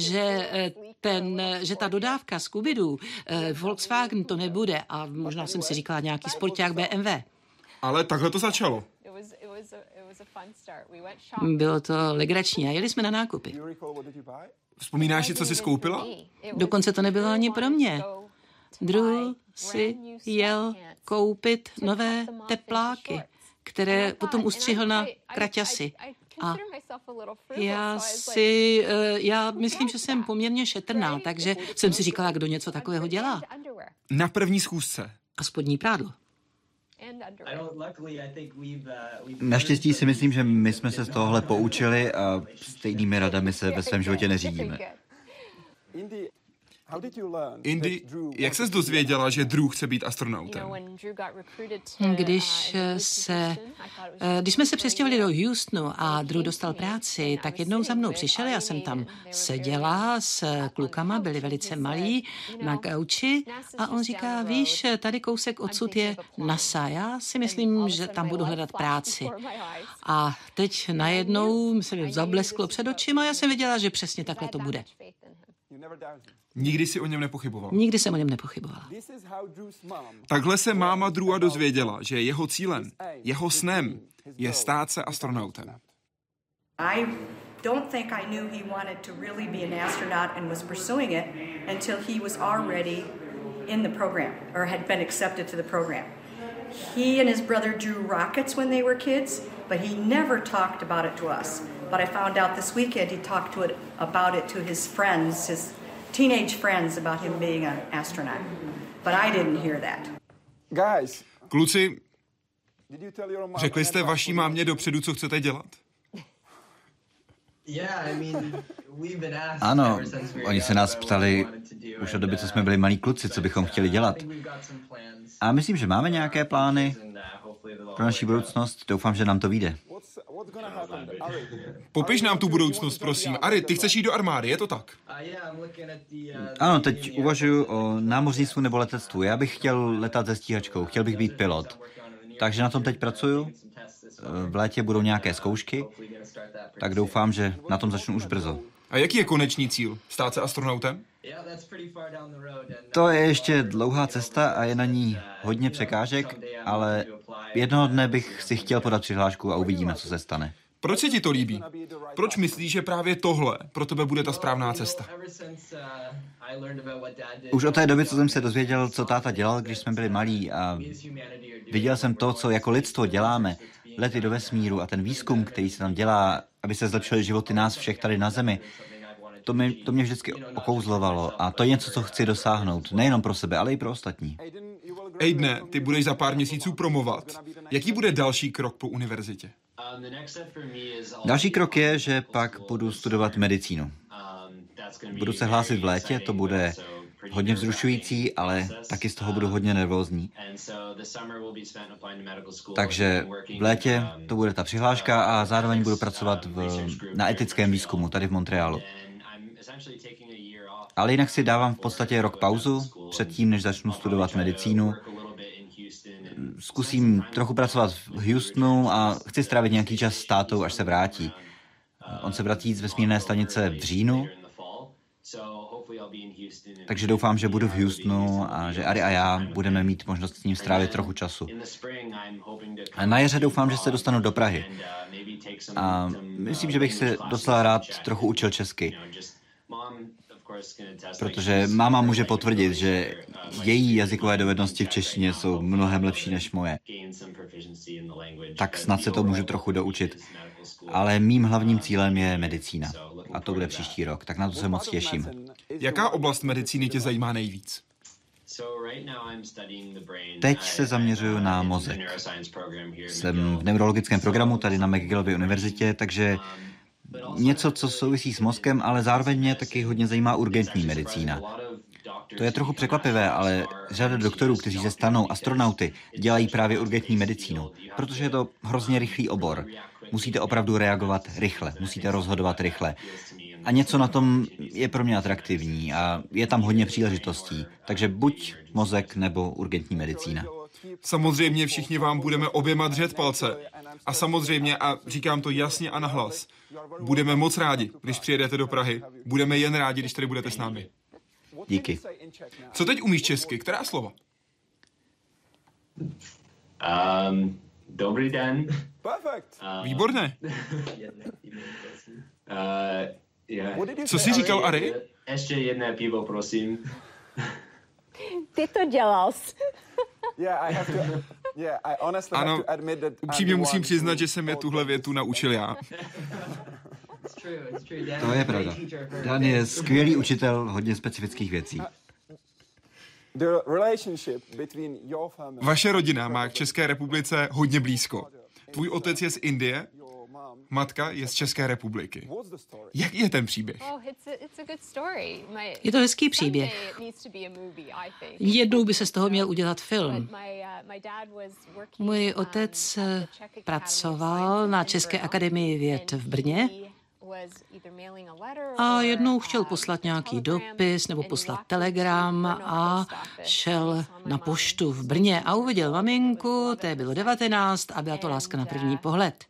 že ta dodávka Scooby-Doo, Volkswagen to nebude a možná jsem si říkala nějaký sporták BMW. Ale takhle to začalo. Bylo to legrační a jeli jsme na nákupy. Vzpomínáš si, co jsi skoupila? Dokonce to nebylo ani pro mě. Drew si jel koupit nové tepláky, které potom ustřihl na kraťasy. A já myslím, že jsem poměrně šetrná, takže jsem si říkala, kdo něco takového dělá. Na první schůzce. A spodní prádlo. Naštěstí si myslím, že my jsme se z tohohle poučili a stejnými radami se ve svém životě neřídíme. Indy, jak ses dozvěděla, že Drew chce být astronautem? Když jsme se přestěhovali do Houstonu a Drew dostal práci, tak jednou za mnou přišel, já jsem tam seděla s klukama, byli velice malí, na gauči a on říká, víš, tady kousek odsud je NASA, já si myslím, že tam budu hledat práci. A teď najednou se mi zablesklo před očima a já jsem věděla, že přesně takhle to bude. Nikdy si o něm nepochybovala? Nikdy jsem o něm nepochybovala. Takhle se máma Drewa dozvěděla, že jeho cílem, jeho snem je stát se astronautem. I don't think I knew he wanted to really be an astronaut and was pursuing it until he was already in the program or had been accepted to the program. He and his brother drew rockets when they were kids, but he never talked about it to us. But I found out this weekend he talked about it to his friends, his teenage friends, about him being an astronaut. But I didn't hear that. Guys, kluci, řekli jste vaší mámě dopředu, co chcete dělat? Ano, oni se nás ptali už od doby, co jsme byli malí kluci, co bychom chtěli dělat. A myslím, že máme nějaké plány pro naši budoucnost. Doufám, že nám to vyjde. Popiš nám tu budoucnost, prosím. Ari, ty chceš jít do armády, je to tak? Ano, teď uvažuji o námořnictvu nebo letectvu. Já bych chtěl letat se stíhačkou, chtěl bych být pilot. Takže na tom teď pracuju. V létě budou nějaké zkoušky, tak doufám, že na tom začnu už brzo. A jaký je konečný cíl? Stát se astronautem? To je ještě dlouhá cesta a je na ní hodně překážek, ale jednoho dne bych si chtěl podat přihlášku a uvidíme, co se stane. Proč se ti to líbí? Proč myslíš, že právě tohle pro tebe bude ta správná cesta? Už od té doby, co jsem se dozvěděl, co táta dělal, když jsme byli malí a viděl jsem to, co jako lidstvo děláme, lety do vesmíru a ten výzkum, který se tam dělá, aby se zlepšily životy nás všech tady na Zemi, to mě vždycky okouzlovalo a to je něco, co chci dosáhnout, nejenom pro sebe, ale i pro ostatní. Aidene, ty budeš za pár měsíců promovat. Jaký bude další krok po univerzitě? Další krok je, že pak budu studovat medicínu. Budu se hlásit v létě, to bude hodně vzrušující, ale taky z toho budu hodně nervózní. Takže v létě to bude ta přihláška a zároveň budu pracovat na etickém výzkumu tady v Montrealu. Ale jinak si dávám v podstatě rok pauzu předtím, než začnu studovat medicínu. Zkusím trochu pracovat v Houstonu a chci strávit nějaký čas s tátou, až se vrátí. On se vrátí z vesmírné stanice v říjnu, takže doufám, že budu v Houstonu a že Ari a já budeme mít možnost s ním strávit trochu času. A na jaře doufám, že se dostanu do Prahy. A myslím, že bych se docela rád trochu učil česky. Protože máma může potvrdit, že její jazykové dovednosti v češtině jsou mnohem lepší než moje. Tak snad se to můžu trochu doučit. Ale mým hlavním cílem je medicína. A to bude příští rok, tak na to se moc těším. Jaká oblast medicíny tě zajímá nejvíc? Teď se zaměřuju na mozek. Jsem v neurologickém programu tady na McGillově univerzitě, takže něco, co souvisí s mozkem, ale zároveň mě taky hodně zajímá urgentní medicína. To je trochu překvapivé, ale řada doktorů, kteří se stanou astronauty, dělají právě urgentní medicínu, protože je to hrozně rychlý obor. Musíte opravdu reagovat rychle, musíte rozhodovat rychle. A něco na tom je pro mě atraktivní a je tam hodně příležitostí. Takže buď mozek nebo urgentní medicína. Samozřejmě všichni vám budeme oběma držet palce. A samozřejmě, a říkám to jasně a nahlas, budeme moc rádi, když přijedete do Prahy. Budeme jen rádi, když tady budete s námi. Díky. Co teď umíš česky? Která slova? Dobrý den. Výborné. Co jsi říkal, Ari? Ještě jedné pivo, prosím. Ty to dělal. Ano, upřímně musím přiznat, že jsem je tuhle větu naučil já. To je pravda. Dan je skvělý učitel hodně specifických věcí. Vaše rodina má k České republice hodně blízko. Tvůj otec je z Indie, matka je z České republiky. Jaký je ten příběh? Je to hezký příběh. Jednou by se z toho měl udělat film. Můj otec pracoval na České akademii věd v Brně a jednou chtěl poslat nějaký dopis nebo poslat telegram a šel na poštu v Brně a uviděl maminku, té bylo 19 a byla to láska na první pohled.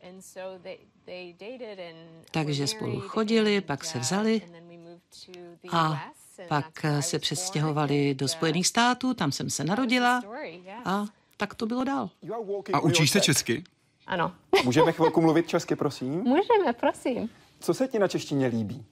Takže spolu chodili, pak se vzali a pak se přestěhovali do Spojených států, tam jsem se narodila a tak to bylo dál. A učíš se česky? Ano. Můžeme chvilku mluvit česky, prosím? Můžeme, prosím. Co se ti na češtině líbí?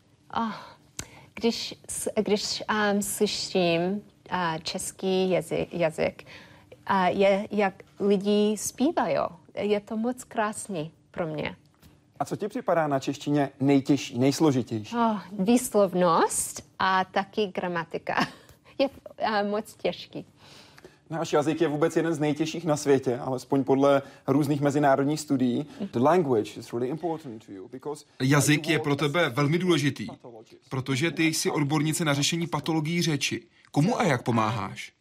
Když slyším český jazyk, je jak lidi zpívají. Je to moc krásný pro mě. A co ti připadá na češtině nejtěžší, nejsložitější? Výslovnost a taky gramatika. Je moc těžký. Náš jazyk je vůbec jeden z nejtěžších na světě, alespoň podle různých mezinárodních studií. The language is really important to you because jazyk je pro tebe velmi důležitý, protože ty jsi odbornice na řešení patologií řeči. Komu a jak pomáháš?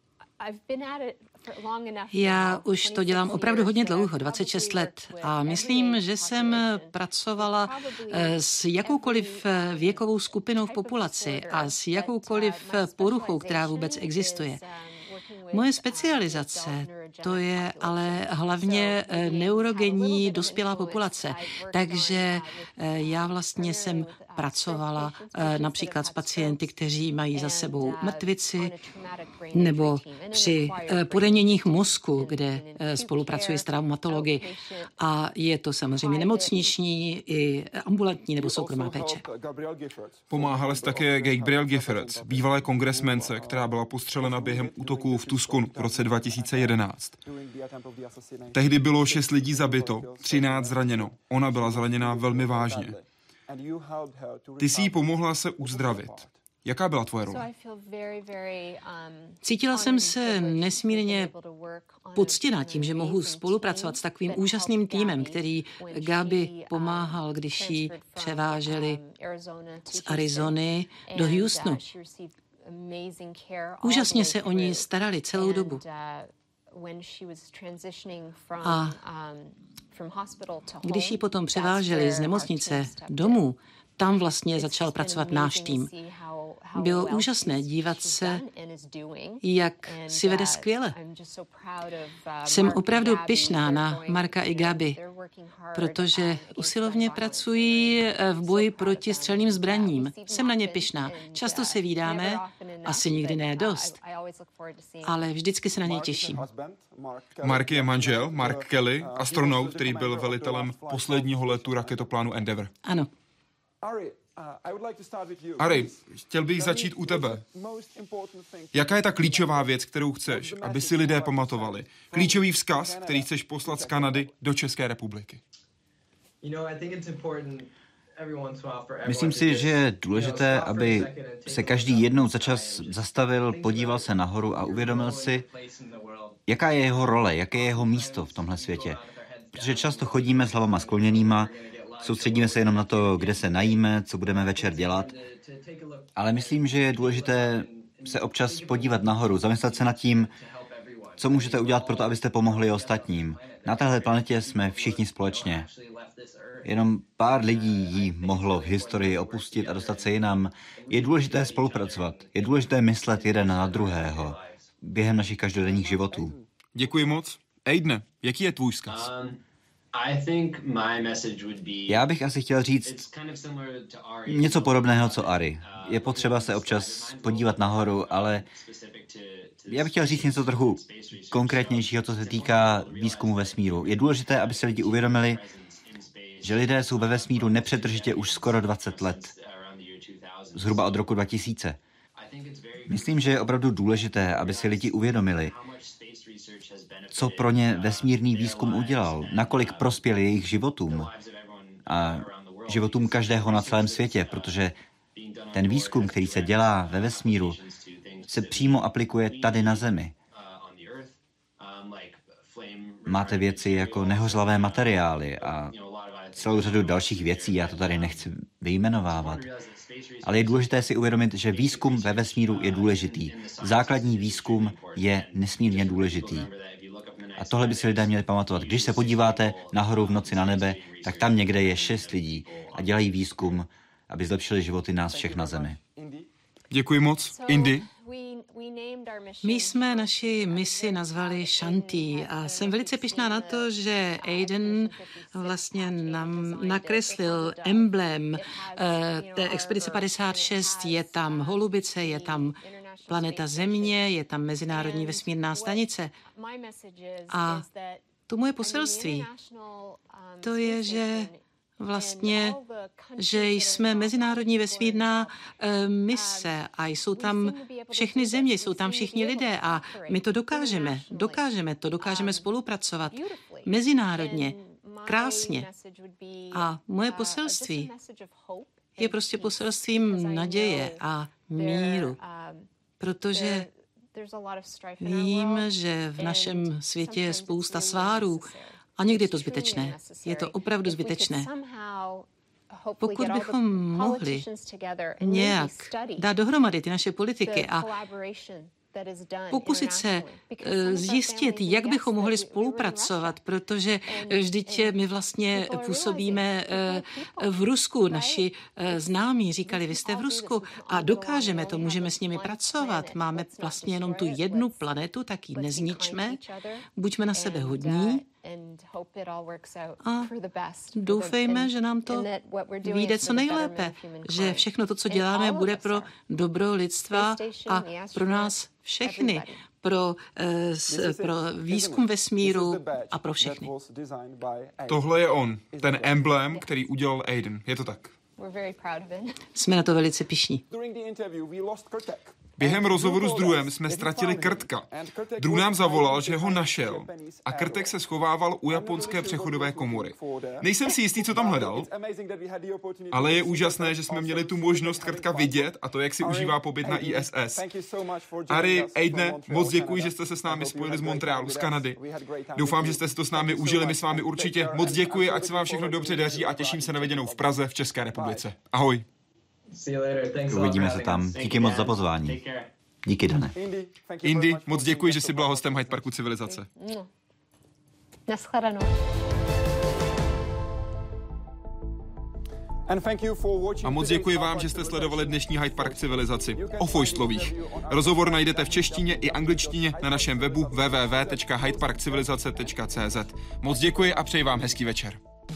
Já už to dělám opravdu hodně dlouho, 26 let. A myslím, že jsem pracovala s jakoukoliv věkovou skupinou v populaci a s jakoukoliv poruchou, která vůbec existuje. Moje specializace, to je ale hlavně neurogenní dospělá populace. Takže já vlastně jsem pracovala například s pacienty, kteří mají za sebou mrtvici, nebo při poraněních mozku, kde spolupracuji s traumatology. A je to samozřejmě nemocniční i ambulantní nebo soukromá péče. Pomáhala jsi také Gabrielle Giffords, bývalé kongresmence, která byla postřelena během útoku v Tuskonu v roce 2011. Tehdy bylo 6 lidí zabito, 13 zraněno. Ona byla zraněná velmi vážně. Ty jsi jí pomohla se uzdravit. Jaká byla tvoje role? Cítila jsem se nesmírně poctěná tím, že mohu spolupracovat s takovým úžasným týmem, který Gabi pomáhal, když ji převáželi z Arizony do Houstonu. Úžasně se o ní starali celou dobu. A když ji potom převáželi z nemocnice domů, tam vlastně začal pracovat náš tým. Bylo úžasné dívat se, jak si vede skvěle. Jsem opravdu pyšná na Marka i Gabi, protože usilovně pracují v boji proti střelným zbraním. Jsem na ně pyšná. Často se vídáme, asi nikdy ne dost, ale vždycky se na něj těším. Mark je manžel, Mark Kelly, astronaut, který byl velitelem posledního letu raketoplánu Endeavour. Ano. Ari, chtěl bych začít u tebe. Jaká je ta klíčová věc, kterou chceš, aby si lidé pamatovali? Klíčový vzkaz, který chceš poslat z Kanady do České republiky? Myslím si, že je důležité, aby se každý jednou za čas zastavil, podíval se nahoru a uvědomil si, jaká je jeho role, jaké je jeho místo v tomhle světě. Protože často chodíme s hlavama skloněnýma, soustředíme se jenom na to, kde se najíme, co budeme večer dělat. Ale myslím, že je důležité se občas podívat nahoru, zamyslet se nad tím, co můžete udělat pro to, abyste pomohli ostatním. Na téhle planetě jsme všichni společně. Jenom pár lidí ji mohlo v historii opustit a dostat se jinam. Je důležité spolupracovat. Je důležité myslet jeden na druhého během našich každodenních životů. Děkuji moc. Aidene, jaký je tvůj vzkaz? Já bych asi chtěl říct něco podobného, co Ari. Je potřeba se občas podívat nahoru, ale já bych chtěl říct něco trochu konkrétnějšího, co se týká výzkumu vesmíru. Je důležité, aby se lidi uvědomili, že lidé jsou ve vesmíru nepřetržitě už skoro 20 let. Zhruba od roku 2000. Myslím, že je opravdu důležité, aby si lidi uvědomili, co pro ně vesmírný výzkum udělal, nakolik prospěl jejich životům a životům každého na celém světě, protože ten výzkum, který se dělá ve vesmíru, se přímo aplikuje tady na Zemi. Máte věci jako nehořlavé materiály a celou řadu dalších věcí, já to tady nechci vyjmenovávat. Ale je důležité si uvědomit, že výzkum ve vesmíru je důležitý. Základní výzkum je nesmírně důležitý. A tohle by si lidé měli pamatovat. Když se podíváte nahoru v noci na nebe, tak tam někde je 6 lidí a dělají výzkum, aby zlepšili životy nás všech na Zemi. Děkuji moc. Indy? My jsme naši misi nazvali Shanti a jsem velice pyšná na to, že Aiden vlastně nám nakreslil emblém té expedice 56. Je tam holubice, je tam planeta Země, je tam Mezinárodní vesmírná stanice. A to moje poselství, to je, že vlastně, že jsme mezinárodní vesmírná mise a jsou tam všechny země, jsou tam všichni lidé a my to dokážeme spolupracovat mezinárodně, krásně. A moje poselství je prostě poselstvím naděje a míru, protože vím, že v našem světě je spousta svárů, a někdy je to zbytečné. Je to opravdu zbytečné. Pokud bychom mohli nějak dát dohromady ty naše politiky a pokusit se zjistit, jak bychom mohli spolupracovat, protože vždyť my vlastně působíme v Rusku. Naši známí říkali, vy jste v Rusku a dokážeme to, můžeme s nimi pracovat. Máme vlastně jenom tu jednu planetu, tak ji nezničme, buďme na sebe hodní a doufejme, že nám to vyjde co nejlépe, že všechno to, co děláme, bude pro dobro lidstva a pro nás všechny, pro výzkum vesmíru a pro všechny. Tohle je on, ten emblém, který udělal Aiden. Je to tak? Jsme na to velice pyšní. Během rozhovoru s Drewem jsme ztratili Krtka. Drew nám zavolal, že ho našel a Krtek se schovával u japonské přechodové komory. Nejsem si jistý, co tam hledal, ale je úžasné, že jsme měli tu možnost Krtka vidět a to, jak si užívá pobyt na ISS. Ari, Aidene, moc děkuji, že jste se s námi spojili z Montrealu, z Kanady. Doufám, že jste si to s námi užili, my s vámi určitě. Moc děkuji, ať se vám všechno dobře daří a těším se na viděnou v Praze v České republice. Ahoj. Uvidíme se tam. Díky moc za pozvání. Díky, Dane. Indy, moc děkuji, že jsi byla hostem Hyde Parku Civilizace. Naschledanou. A moc děkuji vám, že jste sledovali dnešní Hyde Park Civilizaci o fojštovích. Rozhovor najdete v češtině i angličtině na našem webu www.hydeparkcivilizace.cz. Moc děkuji a přeji vám hezký večer.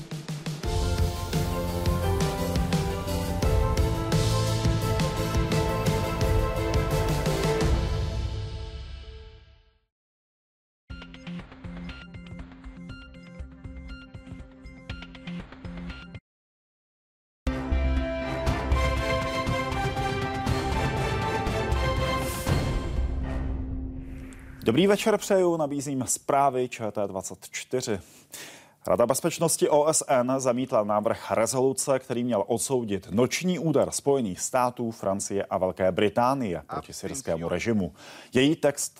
Dobrý večer přeju, nabízím zprávy ČT24. Rada bezpečnosti OSN zamítla návrh rezoluce, který měl odsoudit noční úder Spojených států, Francie a Velké Británie proti syrskému režimu. Její text